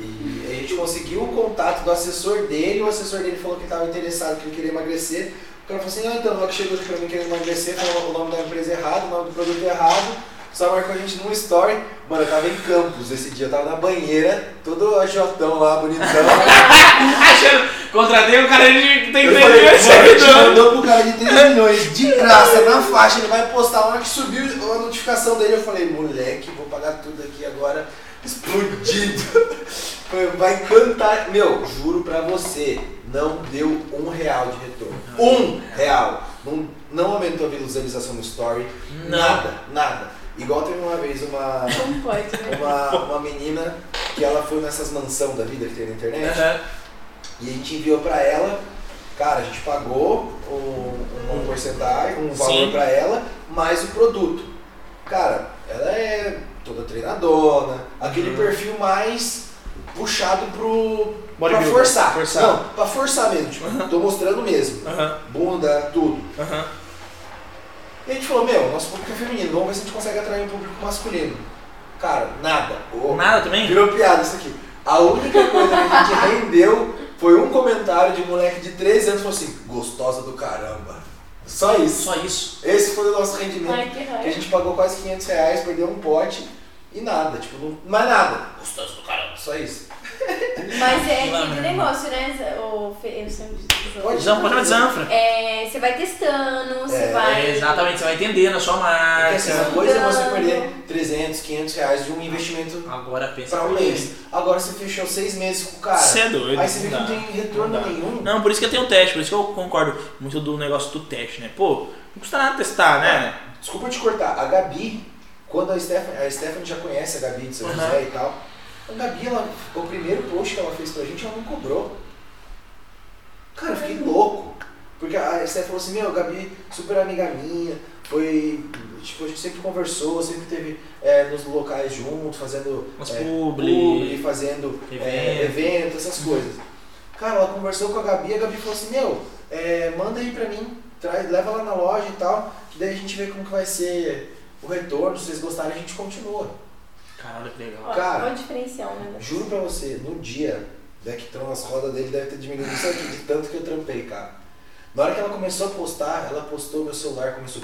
E a gente conseguiu o contato do assessor dele, o assessor dele falou que estava interessado, que ele queria emagrecer. O cara falou assim, ah, então, o que chegou aqui pra mim querendo emagrecer, falou o nome da empresa errado, o nome do produto errado, só marcou a gente num story. Mano, eu tava em Campos esse dia, eu tava na banheira, todo ajotão lá, bonitão. Achando, contratei um cara que tem Eu três falei, milhões de mano, a gente seguidores. mandou pro cara de três milhões, de graça, na faixa, ele vai postar. A hora que subiu a notificação dele, eu falei, moleque, vou pagar tudo aqui agora, explodido. Falei, vai cantar. Meu, juro pra você, não deu um real de retorno. Um real. Não, não aumentou a visualização no story, Não. nada, nada. Igual teve uma vez uma, Não pode, né? uma, uma menina que ela foi nessas mansão da vida que tem na internet. Aham. E a gente enviou pra ela, cara, a gente pagou um, uma porcentagem, um valor Sim. pra ela, mais o produto. Cara, ela é toda treinadona, aquele Uhum. perfil mais puxado pro. pra Bodybuilder, forçar. forçar. Não, pra forçar mesmo, tipo, Uhum. tô mostrando mesmo. Aham, Bunda, tudo. aham. E a gente falou, meu, nosso público é feminino, vamos ver se a gente consegue atrair um público masculino. Cara, nada. Oh, Nada também? Virou piada isso aqui. A única coisa que a gente rendeu foi um comentário de um moleque de treze anos que falou assim, gostosa do caramba. Só isso. Só isso. Esse foi o nosso rendimento. Ai, que raiva. Que a gente pagou quase quinhentos reais, perdeu um pote e nada. Tipo, não, mais nada. Gostosa do caramba. Só isso. Mas é Não, aquele não. negócio, né? O Fe- eu sempre digo. Pode. Zan- Pode chamar de Zanfra. É, você vai testando, você É, vai. Exatamente, você vai entendendo a sua Porque marca. assim, uma coisa é você Dando. perder trezentos, quinhentos reais de um investimento Agora pensa pra um por mês. mês. Agora você fechou seis meses com o cara. Você é doido. Aí você vê que não não dá. tem retorno Não dá. nenhum. Não, por isso que eu tenho o teste, por isso que eu concordo muito do negócio do teste, né? Pô, não custa nada testar, né? Desculpa te cortar, a Gabi, quando a Stephanie, a Stephanie já conhece a Gabi de São Uhum. José e tal, a Gabi, ela, o primeiro post que ela fez pra gente, ela não cobrou. Cara, eu fiquei louco. Porque a Stephanie falou assim, meu, a Gabi, super amiga minha, foi, tipo, a gente sempre conversou, sempre teve é, nos locais junto, fazendo Umas é, publi. publi, fazendo é, Evento. evento, essas coisas. Cara, ela conversou com a Gabi, a Gabi falou assim, meu, é, manda aí pra mim, traz, leva lá na loja e tal, que daí a gente vê como que vai ser o retorno, se vocês gostarem a gente continua. Caralho, que legal. Ó, Cara, olha o diferencial, né? Juro pra você, no dia, Vectron, as rodas dele devem ter diminuído isso aqui, de tanto que eu trampei, cara. Na hora que ela começou a postar, ela postou, meu celular começou...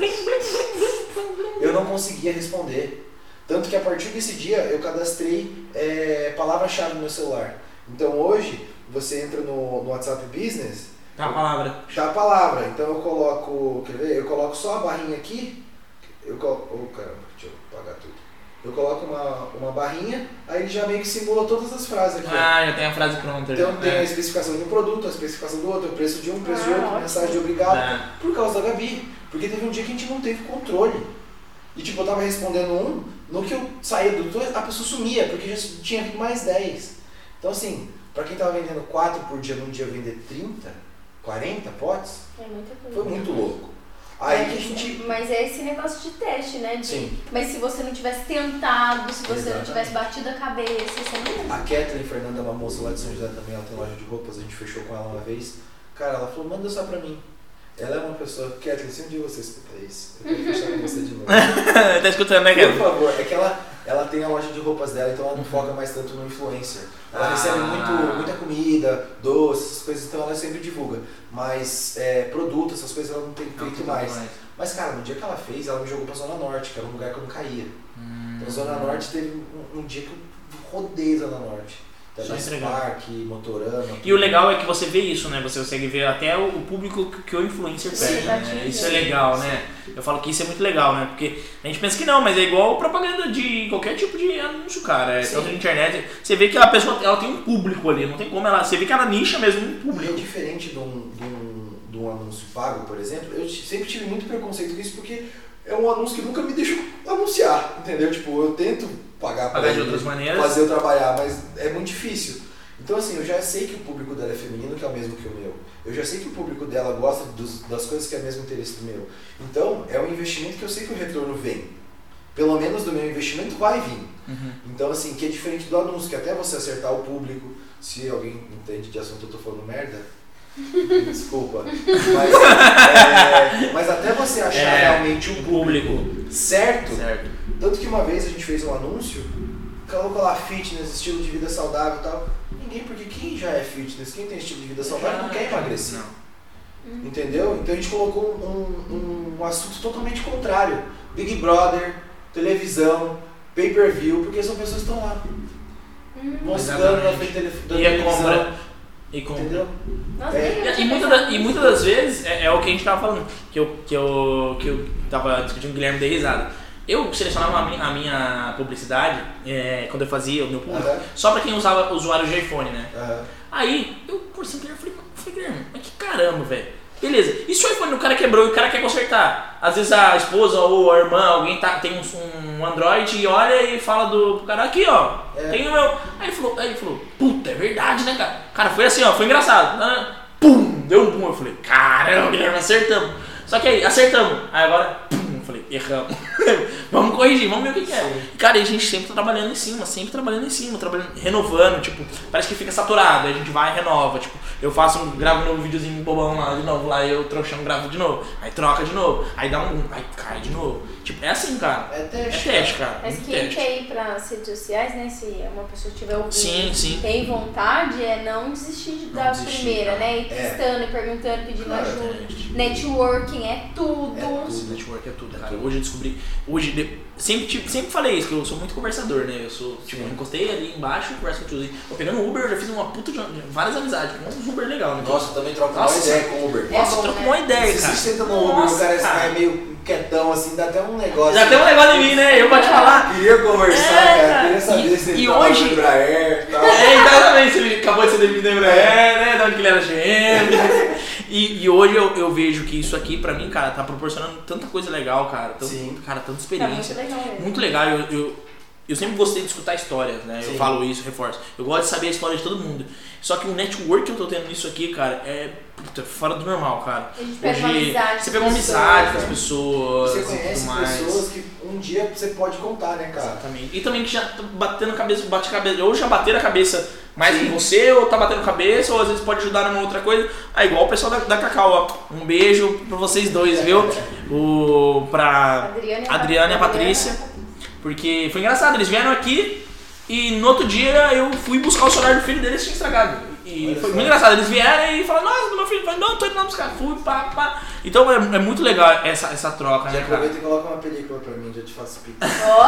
Eu não conseguia responder. Tanto que a partir desse dia, eu cadastrei é, palavra-chave no meu celular. Então hoje, você entra no, no WhatsApp Business, Tá a palavra. já a palavra. Então eu coloco, quer ver? Eu coloco só a barrinha aqui. Eu coloco, oh, caramba, deixa eu apagar tudo. Eu coloco uma, uma barrinha, aí ele já meio que simula todas as frases aqui. ó. Ah, já tem a frase pronta. Então já. tem a É. especificação de um produto, a especificação do outro, o preço de um, o preço de Ah, outro, ótimo. mensagem de obrigado, É. por causa da Gabi. Porque teve um dia que a gente não teve controle. E tipo, eu tava respondendo um, no que eu saía do tour, a pessoa sumia, porque já tinha vindo mais dez. Então assim, pra quem tava vendendo quatro por dia, num dia vender trinta, quarenta potes, É muita coisa. foi muito louco. Aí que a Mas- gente... Mas é esse negócio de teste, né? De- Sim. Mas se você não tivesse tentado, se você Exatamente. não tivesse batido a cabeça, você não ia. A Kathleen Fernanda, uma moça lá de São José também, ela tem loja de roupas, a gente fechou com ela uma vez. Cara, ela falou, manda só pra mim. Ela é uma pessoa, Kathleen, se um dia você escuta isso, eu quero fechar com você de novo. Tá escutando, né, Por cara? favor, é que ela, ela tem a loja de roupas dela, então ela não foca mais tanto no influencer. Ela Ah. recebe muito, muita comida, doces, essas coisas, então ela sempre divulga. Mas é, produtos, essas coisas ela não tem feito mais. Mas cara, no dia que ela fez, ela me jogou pra Zona Norte, que era um lugar que eu não caía. Hum. Então Zona Norte teve um, um dia que eu rodei Zona Norte. Só Teve entregar. Spark, Motorama. E o legal é que você vê isso, né? Você consegue ver até o público que que o influencer Sim, pega, tá né? atingindo. Isso é legal, né? Eu falo que isso é muito legal, né? Porque a gente pensa que não, mas é igual propaganda de qualquer tipo de anúncio, cara. É Sim. tanto na internet. Você vê que a pessoa ela tem um público ali, não tem como ela. Você vê que ela nicha mesmo um E é público. diferente de um, de, um, de um anúncio pago, por exemplo, eu t- sempre tive muito preconceito com isso porque é um anúncio que nunca me deixou anunciar, entendeu? Tipo, eu tento pagar para Pagar de outras maneiras. fazer eu trabalhar, mas é muito difícil. Então assim, eu já sei que o público dela é feminino, que é o mesmo que o meu. Eu já sei que o público dela gosta dos, das coisas que é o mesmo interesse do meu. Então, é um investimento que eu sei que o retorno vem. Pelo menos do meu investimento vai vir. Uhum. Então, assim, que é diferente do anúncio, que até você acertar o público, se alguém entende de assunto eu tô falando merda, desculpa. Mas, é, mas até você achar É, realmente o público, público. certo, Certo. tanto que uma vez a gente fez um anúncio, colocou lá fitness, estilo de vida saudável e tal. Ninguém, porque quem já é fitness, quem tem estilo de vida saudável não quer emagrecer. Não. Entendeu? Então a gente colocou um, um, um assunto totalmente contrário. Big Brother, televisão, pay-per-view, porque são pessoas que estão lá Hum. mostrando na Exatamente. frente tele- da E a televisão. compra. E compra. Entendeu? Nossa, É. nem eu E, tinha muita pensado da- e nisso. muitas das vezes é, é o que a gente tava falando, que eu, que eu, que eu tava discutindo com o Guilherme, dei risada. Eu selecionava a minha, a minha publicidade, é, quando eu fazia o meu público, Aham. só pra quem usava usuário de iPhone, né? Aham. Aí, eu conversei com o Guilherme, falei, falei, Guilherme, mas que caramba, velho. Beleza, e se o iPhone do cara quebrou e o cara quer consertar? Às vezes a esposa ou a irmã, alguém tá, tem um, um Android e olha e fala do pro cara, aqui ó, É. tem o meu. Aí ele falou, aí ele falou, puta, é verdade, né, cara? Cara, foi assim, ó, foi engraçado. Ah, Pum, deu um pum. Eu falei, caramba, Guilherme, acertamos. Só que aí, acertamos. Aí agora, pum, eu falei, erramos. Vamos corrigir, vamos ver o que, que é. Sim. Cara, e a gente sempre tá trabalhando em cima, sempre trabalhando em cima, trabalhando, renovando, tipo, parece que fica saturado, aí a gente vai e renova, tipo, eu faço um, gravo um novo videozinho bobão lá de novo, lá eu trouxão gravo de novo, aí troca de novo, aí dá um, aí cai de novo. Tipo, é assim, cara. É teste. É teste, cara. Mas muito quem teste. quer ir para as redes sociais, né? Se uma pessoa tiver ouvindo Sim, sim. tem vontade, é não desistir de Não dar a desistir, primeira, cara. né? Ir É. testando, e perguntando, pedindo Claro, ajuda. teste. Networking é tudo. É Tudo, network é tudo, cara. Hoje eu descobri. Hoje, de- sempre, tipo, sempre falei isso, que eu sou muito conversador, né? Eu sou, tipo, Sim. eu encostei ali embaixo e converso com o tiozinho. Tô pegando Uber, eu já fiz uma puta de várias amizades, com um Uber legal, né? Nossa, eu também troco uma Nossa, ideia com o Uber. É Nossa, bom, troco né? uma ideia, Se cara. você senta no Uber, Nossa, o cara cara. sai meio quietão, assim, dá até um negócio. Já tem um negócio em mim, né? Eu vou te falar. Queria conversar, É, cara. cara. Queria saber E- se ele e tava hoje- no Embraer e tal. É, exatamente, ele acabou de ser demitido da Embraer, né? Da onde que ele era G M. E, e hoje eu, eu vejo que isso aqui, pra mim, cara, tá proporcionando tanta coisa legal, cara. Tanto, Sim. cara, tanta Tá muito experiência. legal mesmo. Muito legal, eu, eu, eu sempre gostei de escutar histórias, né? Eu Sim. falo isso, reforço. Eu gosto de saber a história de todo mundo. Só que o network que eu tô tendo nisso aqui, cara, é puta, fora do normal, cara. A gente pega uma Hoje, amizade você com pega uma as amizade com pessoas, as né? pessoas Você e conhece tudo mais. pessoas que um dia você pode contar, né, cara? Exatamente. E também que já tá batendo cabeça, bate cabeça, ou já bateram a cabeça mais Sim. com você, ou tá batendo cabeça, ou às vezes pode ajudar numa outra coisa. Ah, igual o pessoal da, da Cacau, ó. Um beijo pra vocês dois, viu? O, pra Adriana e Adriana a e a Adriana. Patrícia. Porque foi engraçado, eles vieram aqui e no outro dia eu fui buscar o celular do filho deles e tinha estragado. E Olha foi só. muito engraçado, eles vieram e falaram, nossa, do meu filho, eu falei, não, tô indo lá buscar, fui, pá, pá. Então é, é muito legal essa, essa troca, Já né, cara? aproveita e coloca uma película pra mim, já te faço pique. Ó,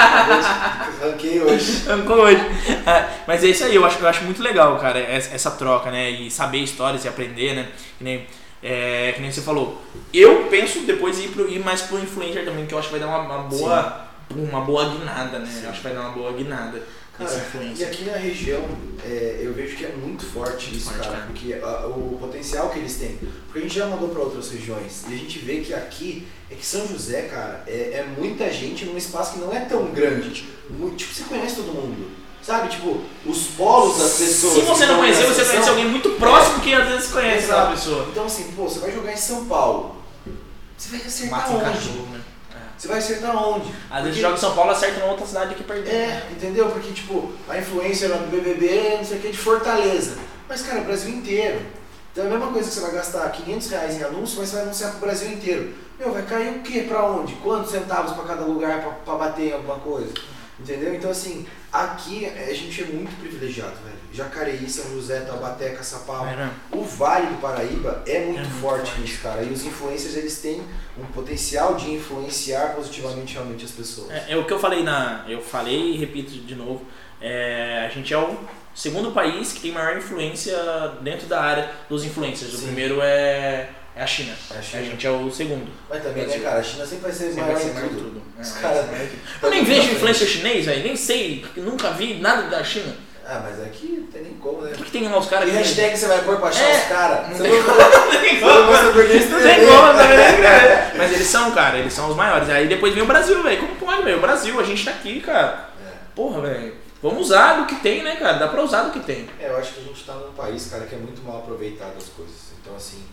Ranquei hoje. Arrancou hoje. É, mas é isso aí, eu acho, eu acho muito legal, cara, essa, essa troca, né? E saber histórias e aprender, né? Que nem, é, que nem você falou. Eu penso depois ir, pro, ir mais pro influencer também, que eu acho que vai dar uma, uma boa. Uma boa guinada, né? Sim. Eu acho que vai dar uma boa guinada. Essa Cara, e influência. aqui na região é, eu vejo que é muito forte isso, Forte, cara, cara. porque a- o potencial que eles têm. Porque a gente já mandou para outras regiões e a gente vê que aqui é que São José, cara, é, é muita gente num espaço que não é tão grande. Muito, tipo, você conhece todo mundo, sabe? Tipo, os polos das pessoas. Se você não que conhecer, estão você nessa conhece sessão. alguém muito próximo que às vezes conhece Exato. aquela pessoa. Então assim, pô, você vai jogar em São Paulo. Você vai acertar Mata um onde? cachorro, né? Você vai acertar onde? Às vezes Porque- joga em São Paulo, acerta em outra cidade aqui perto. É, entendeu? Porque, tipo, a influência lá do B B B, não sei o que, de Fortaleza. Mas, cara, o Brasil inteiro. Então é a mesma coisa que você vai gastar quinhentos reais em anúncio, mas você vai anunciar pro Brasil inteiro. Meu, vai cair o quê? Pra onde? Quantos centavos pra cada lugar pra, pra bater em alguma coisa? Entendeu? Então, assim, aqui a gente é muito privilegiado, velho. Jacareí, São José, Taubaté, Caçapava. É, né? O Vale do Paraíba é muito É muito forte forte. nisso, cara. E os influencers, eles têm um potencial de influenciar positivamente realmente as pessoas. É, é o que eu falei na. Eu falei e repito de novo. É, a gente é o segundo país que tem maior influência dentro da área dos influencers. O Sim. primeiro é, é a China. É a China. A gente é o segundo. Mas também, né, Brasil. cara, a China sempre vai ser Sempre maior vai ser em maior em tudo. tudo. É, Os vai caras- ser maior em tudo. Eu nem vejo influencer chinês, velho. Nem sei. Nunca vi nada da China. Ah, mas aqui não tem nem como, né? O que, que tem lá os caras Que que. hashtag você vai pôr pra achar É, os caras? não Você tem não como. vai Não tem você não vai saber nem Não tem escrever. como saber nem escrever. Mas eles são, cara, eles são os maiores. Aí depois vem o Brasil, velho. Como pode, velho? O Brasil, a gente tá aqui, cara. É. Porra, velho. Vamos usar do que tem, né, cara? Dá pra usar do que tem. É, eu acho que a gente tá num país, cara, que é muito mal aproveitado as coisas. Então, assim,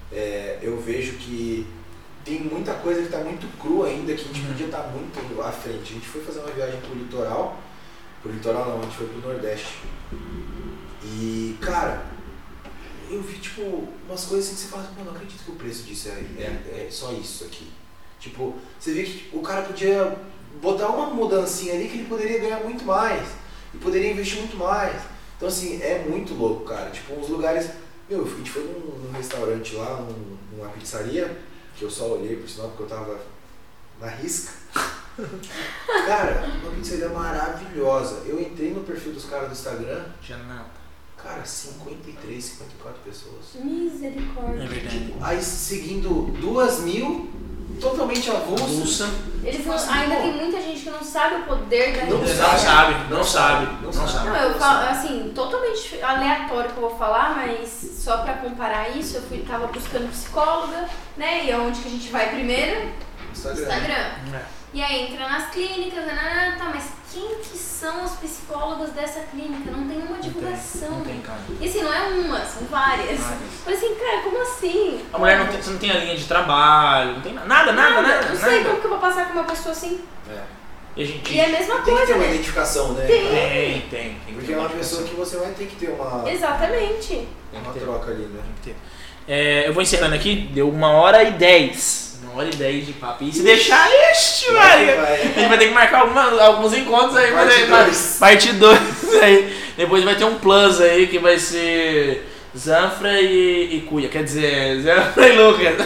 é, eu vejo que tem muita coisa que tá muito crua ainda, que a gente Uhum. podia estar muito à frente. A gente foi fazer uma viagem pro litoral, pro litoral não, a gente foi pro Nordeste. E, cara, eu vi, tipo, umas coisas assim que você fala, mano, não acredito que o preço disso é, é, é só isso aqui. Tipo, você vê que o cara podia botar uma mudancinha ali que ele poderia ganhar muito mais. E poderia investir muito mais. Então, assim, é muito louco, cara. Tipo, uns lugares... Meu, a gente foi num, num restaurante lá, num, numa pizzaria, que eu só olhei por sinal porque eu tava na risca. Cara, uma pizzaria maravilhosa. Eu entrei no perfil dos caras do Instagram, cara, cinquenta e três, cinquenta e quatro pessoas. misericórdia. É verdade. Aí seguindo duas mil, totalmente avulso. Avulsa. Eles não, Assim, ainda pô, tem muita gente que não sabe o poder da Não Não rede sabe. social. sabe, não sabe, Não não sabe. sabe. Não, eu falo, assim, totalmente aleatório que eu vou falar, mas só pra comparar isso, eu fui, tava buscando psicóloga, né? E aonde que a gente vai primeiro? Instagram. Instagram. É. E aí entra nas clínicas, né, tá, mas quem que são os psicólogos dessa clínica? Não tem uma divulgação. Não tem, não tem, cara. E assim, não é uma, são várias. Várias. Mas assim, cara, como assim? A mulher não tem, você não tem a linha de trabalho, não tem nada, nada, nada, nada. Não sei nada. como que eu vou passar com uma pessoa assim. É. E a gente... E é a mesma Tem que coisa, ter uma né? identificação, né? Tem. cara? Tem, tem. tem que Porque ter é uma identificação. pessoa que você vai ter que ter uma, Exatamente. Tem uma que ter. troca ali, né? Tem que ter. É, eu vou encerrando aqui, deu uma hora e dez. Uma hora e dez de papo. E se deixar, ixi, Maria! Vai. A gente vai ter que marcar alguma, alguns encontros aí. Parte vai- dois. Parte dois aí. Depois vai ter um plus aí que vai ser Zanfra e, e Cuia. Quer dizer, Zanfra e Lucas.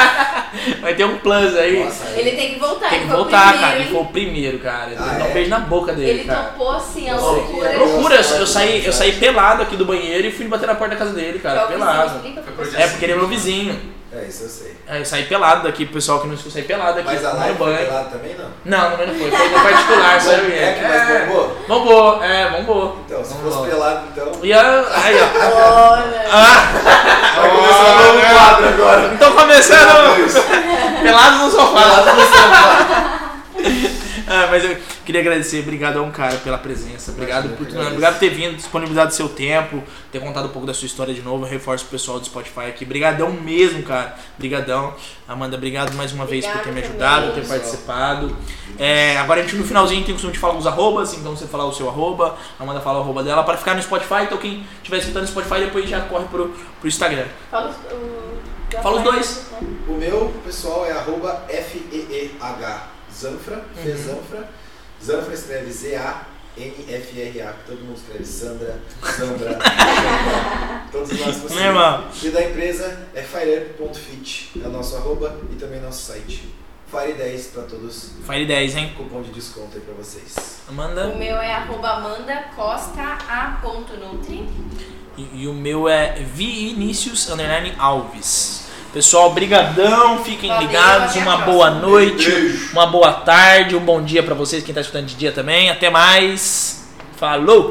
Vai ter um plus aí. Nossa, aí- Ele tem que voltar, Tem que ele foi o voltar, primeiro, cara. Ele hein? foi o primeiro, cara. Ele Ah, tem que dar um é? beijo na boca dele, Ele cara. topou assim a Eu sei loucura. que é. Loucura, eu, eu saí, eu saí pelado aqui do banheiro e fui bater na porta da casa dele, cara. Qual que você Pelado. explica pra Foi você? É porque ele é meu vizinho. É, isso eu sei. Aí eu saí pelado daqui, pro pessoal que não escuta, eu saí pelado aqui, Mas a no live foi banho. pelado também, não? Não, não, não foi, foi no particular, só eu e É que mais ele. bombou? Bombou, é, bombou. Então, se Bombou. fosse pelado, então... E a, aí, ó. Olha. Ah, Vai começar um novo é. quadro agora. Então começando, Deus. pelado no sofá. Pelado no sofá. Ah, mas eu queria agradecer, obrigadão, cara, pela presença. Obrigado Imagina, por eu tudo, que obrigado por ter vindo, disponibilizado seu tempo, ter contado um pouco da sua história de novo. Eu reforço o pessoal do Spotify aqui. Obrigadão mesmo, cara. Obrigadão. Amanda, obrigado mais uma vez por ter me Obrigada ajudado, também. ter participado. É, agora a gente no finalzinho tem o costume de falar os arrobas, então você falar o seu arroba, a Amanda fala o arroba dela para ficar no Spotify. Então quem estiver escutando no Spotify depois já corre pro, pro Instagram. Fala os, o... Fala os dois. O meu, pessoal, é arroba F E E H Zanfra, Uhum. Fê Zanfra. Zanfra escreve Z A N F R A, que todo mundo escreve Sandra, Sandra, Sandra, todos nós possíveis. Meu irmão. E da empresa é fireup ponto fit, é o nosso arroba e também nosso site. Fire dez para todos, Fire dez, hein? cupom de desconto aí para vocês. Amanda. O meu é arroba Amanda Costa A ponto Nutri. E, e o meu é Vinícius underline Alves. Pessoal, brigadão, fiquem Valeu, ligados, até a uma próxima. boa noite, Beijo. uma boa tarde, um bom dia pra vocês, quem tá escutando de dia também. Até mais. Falou!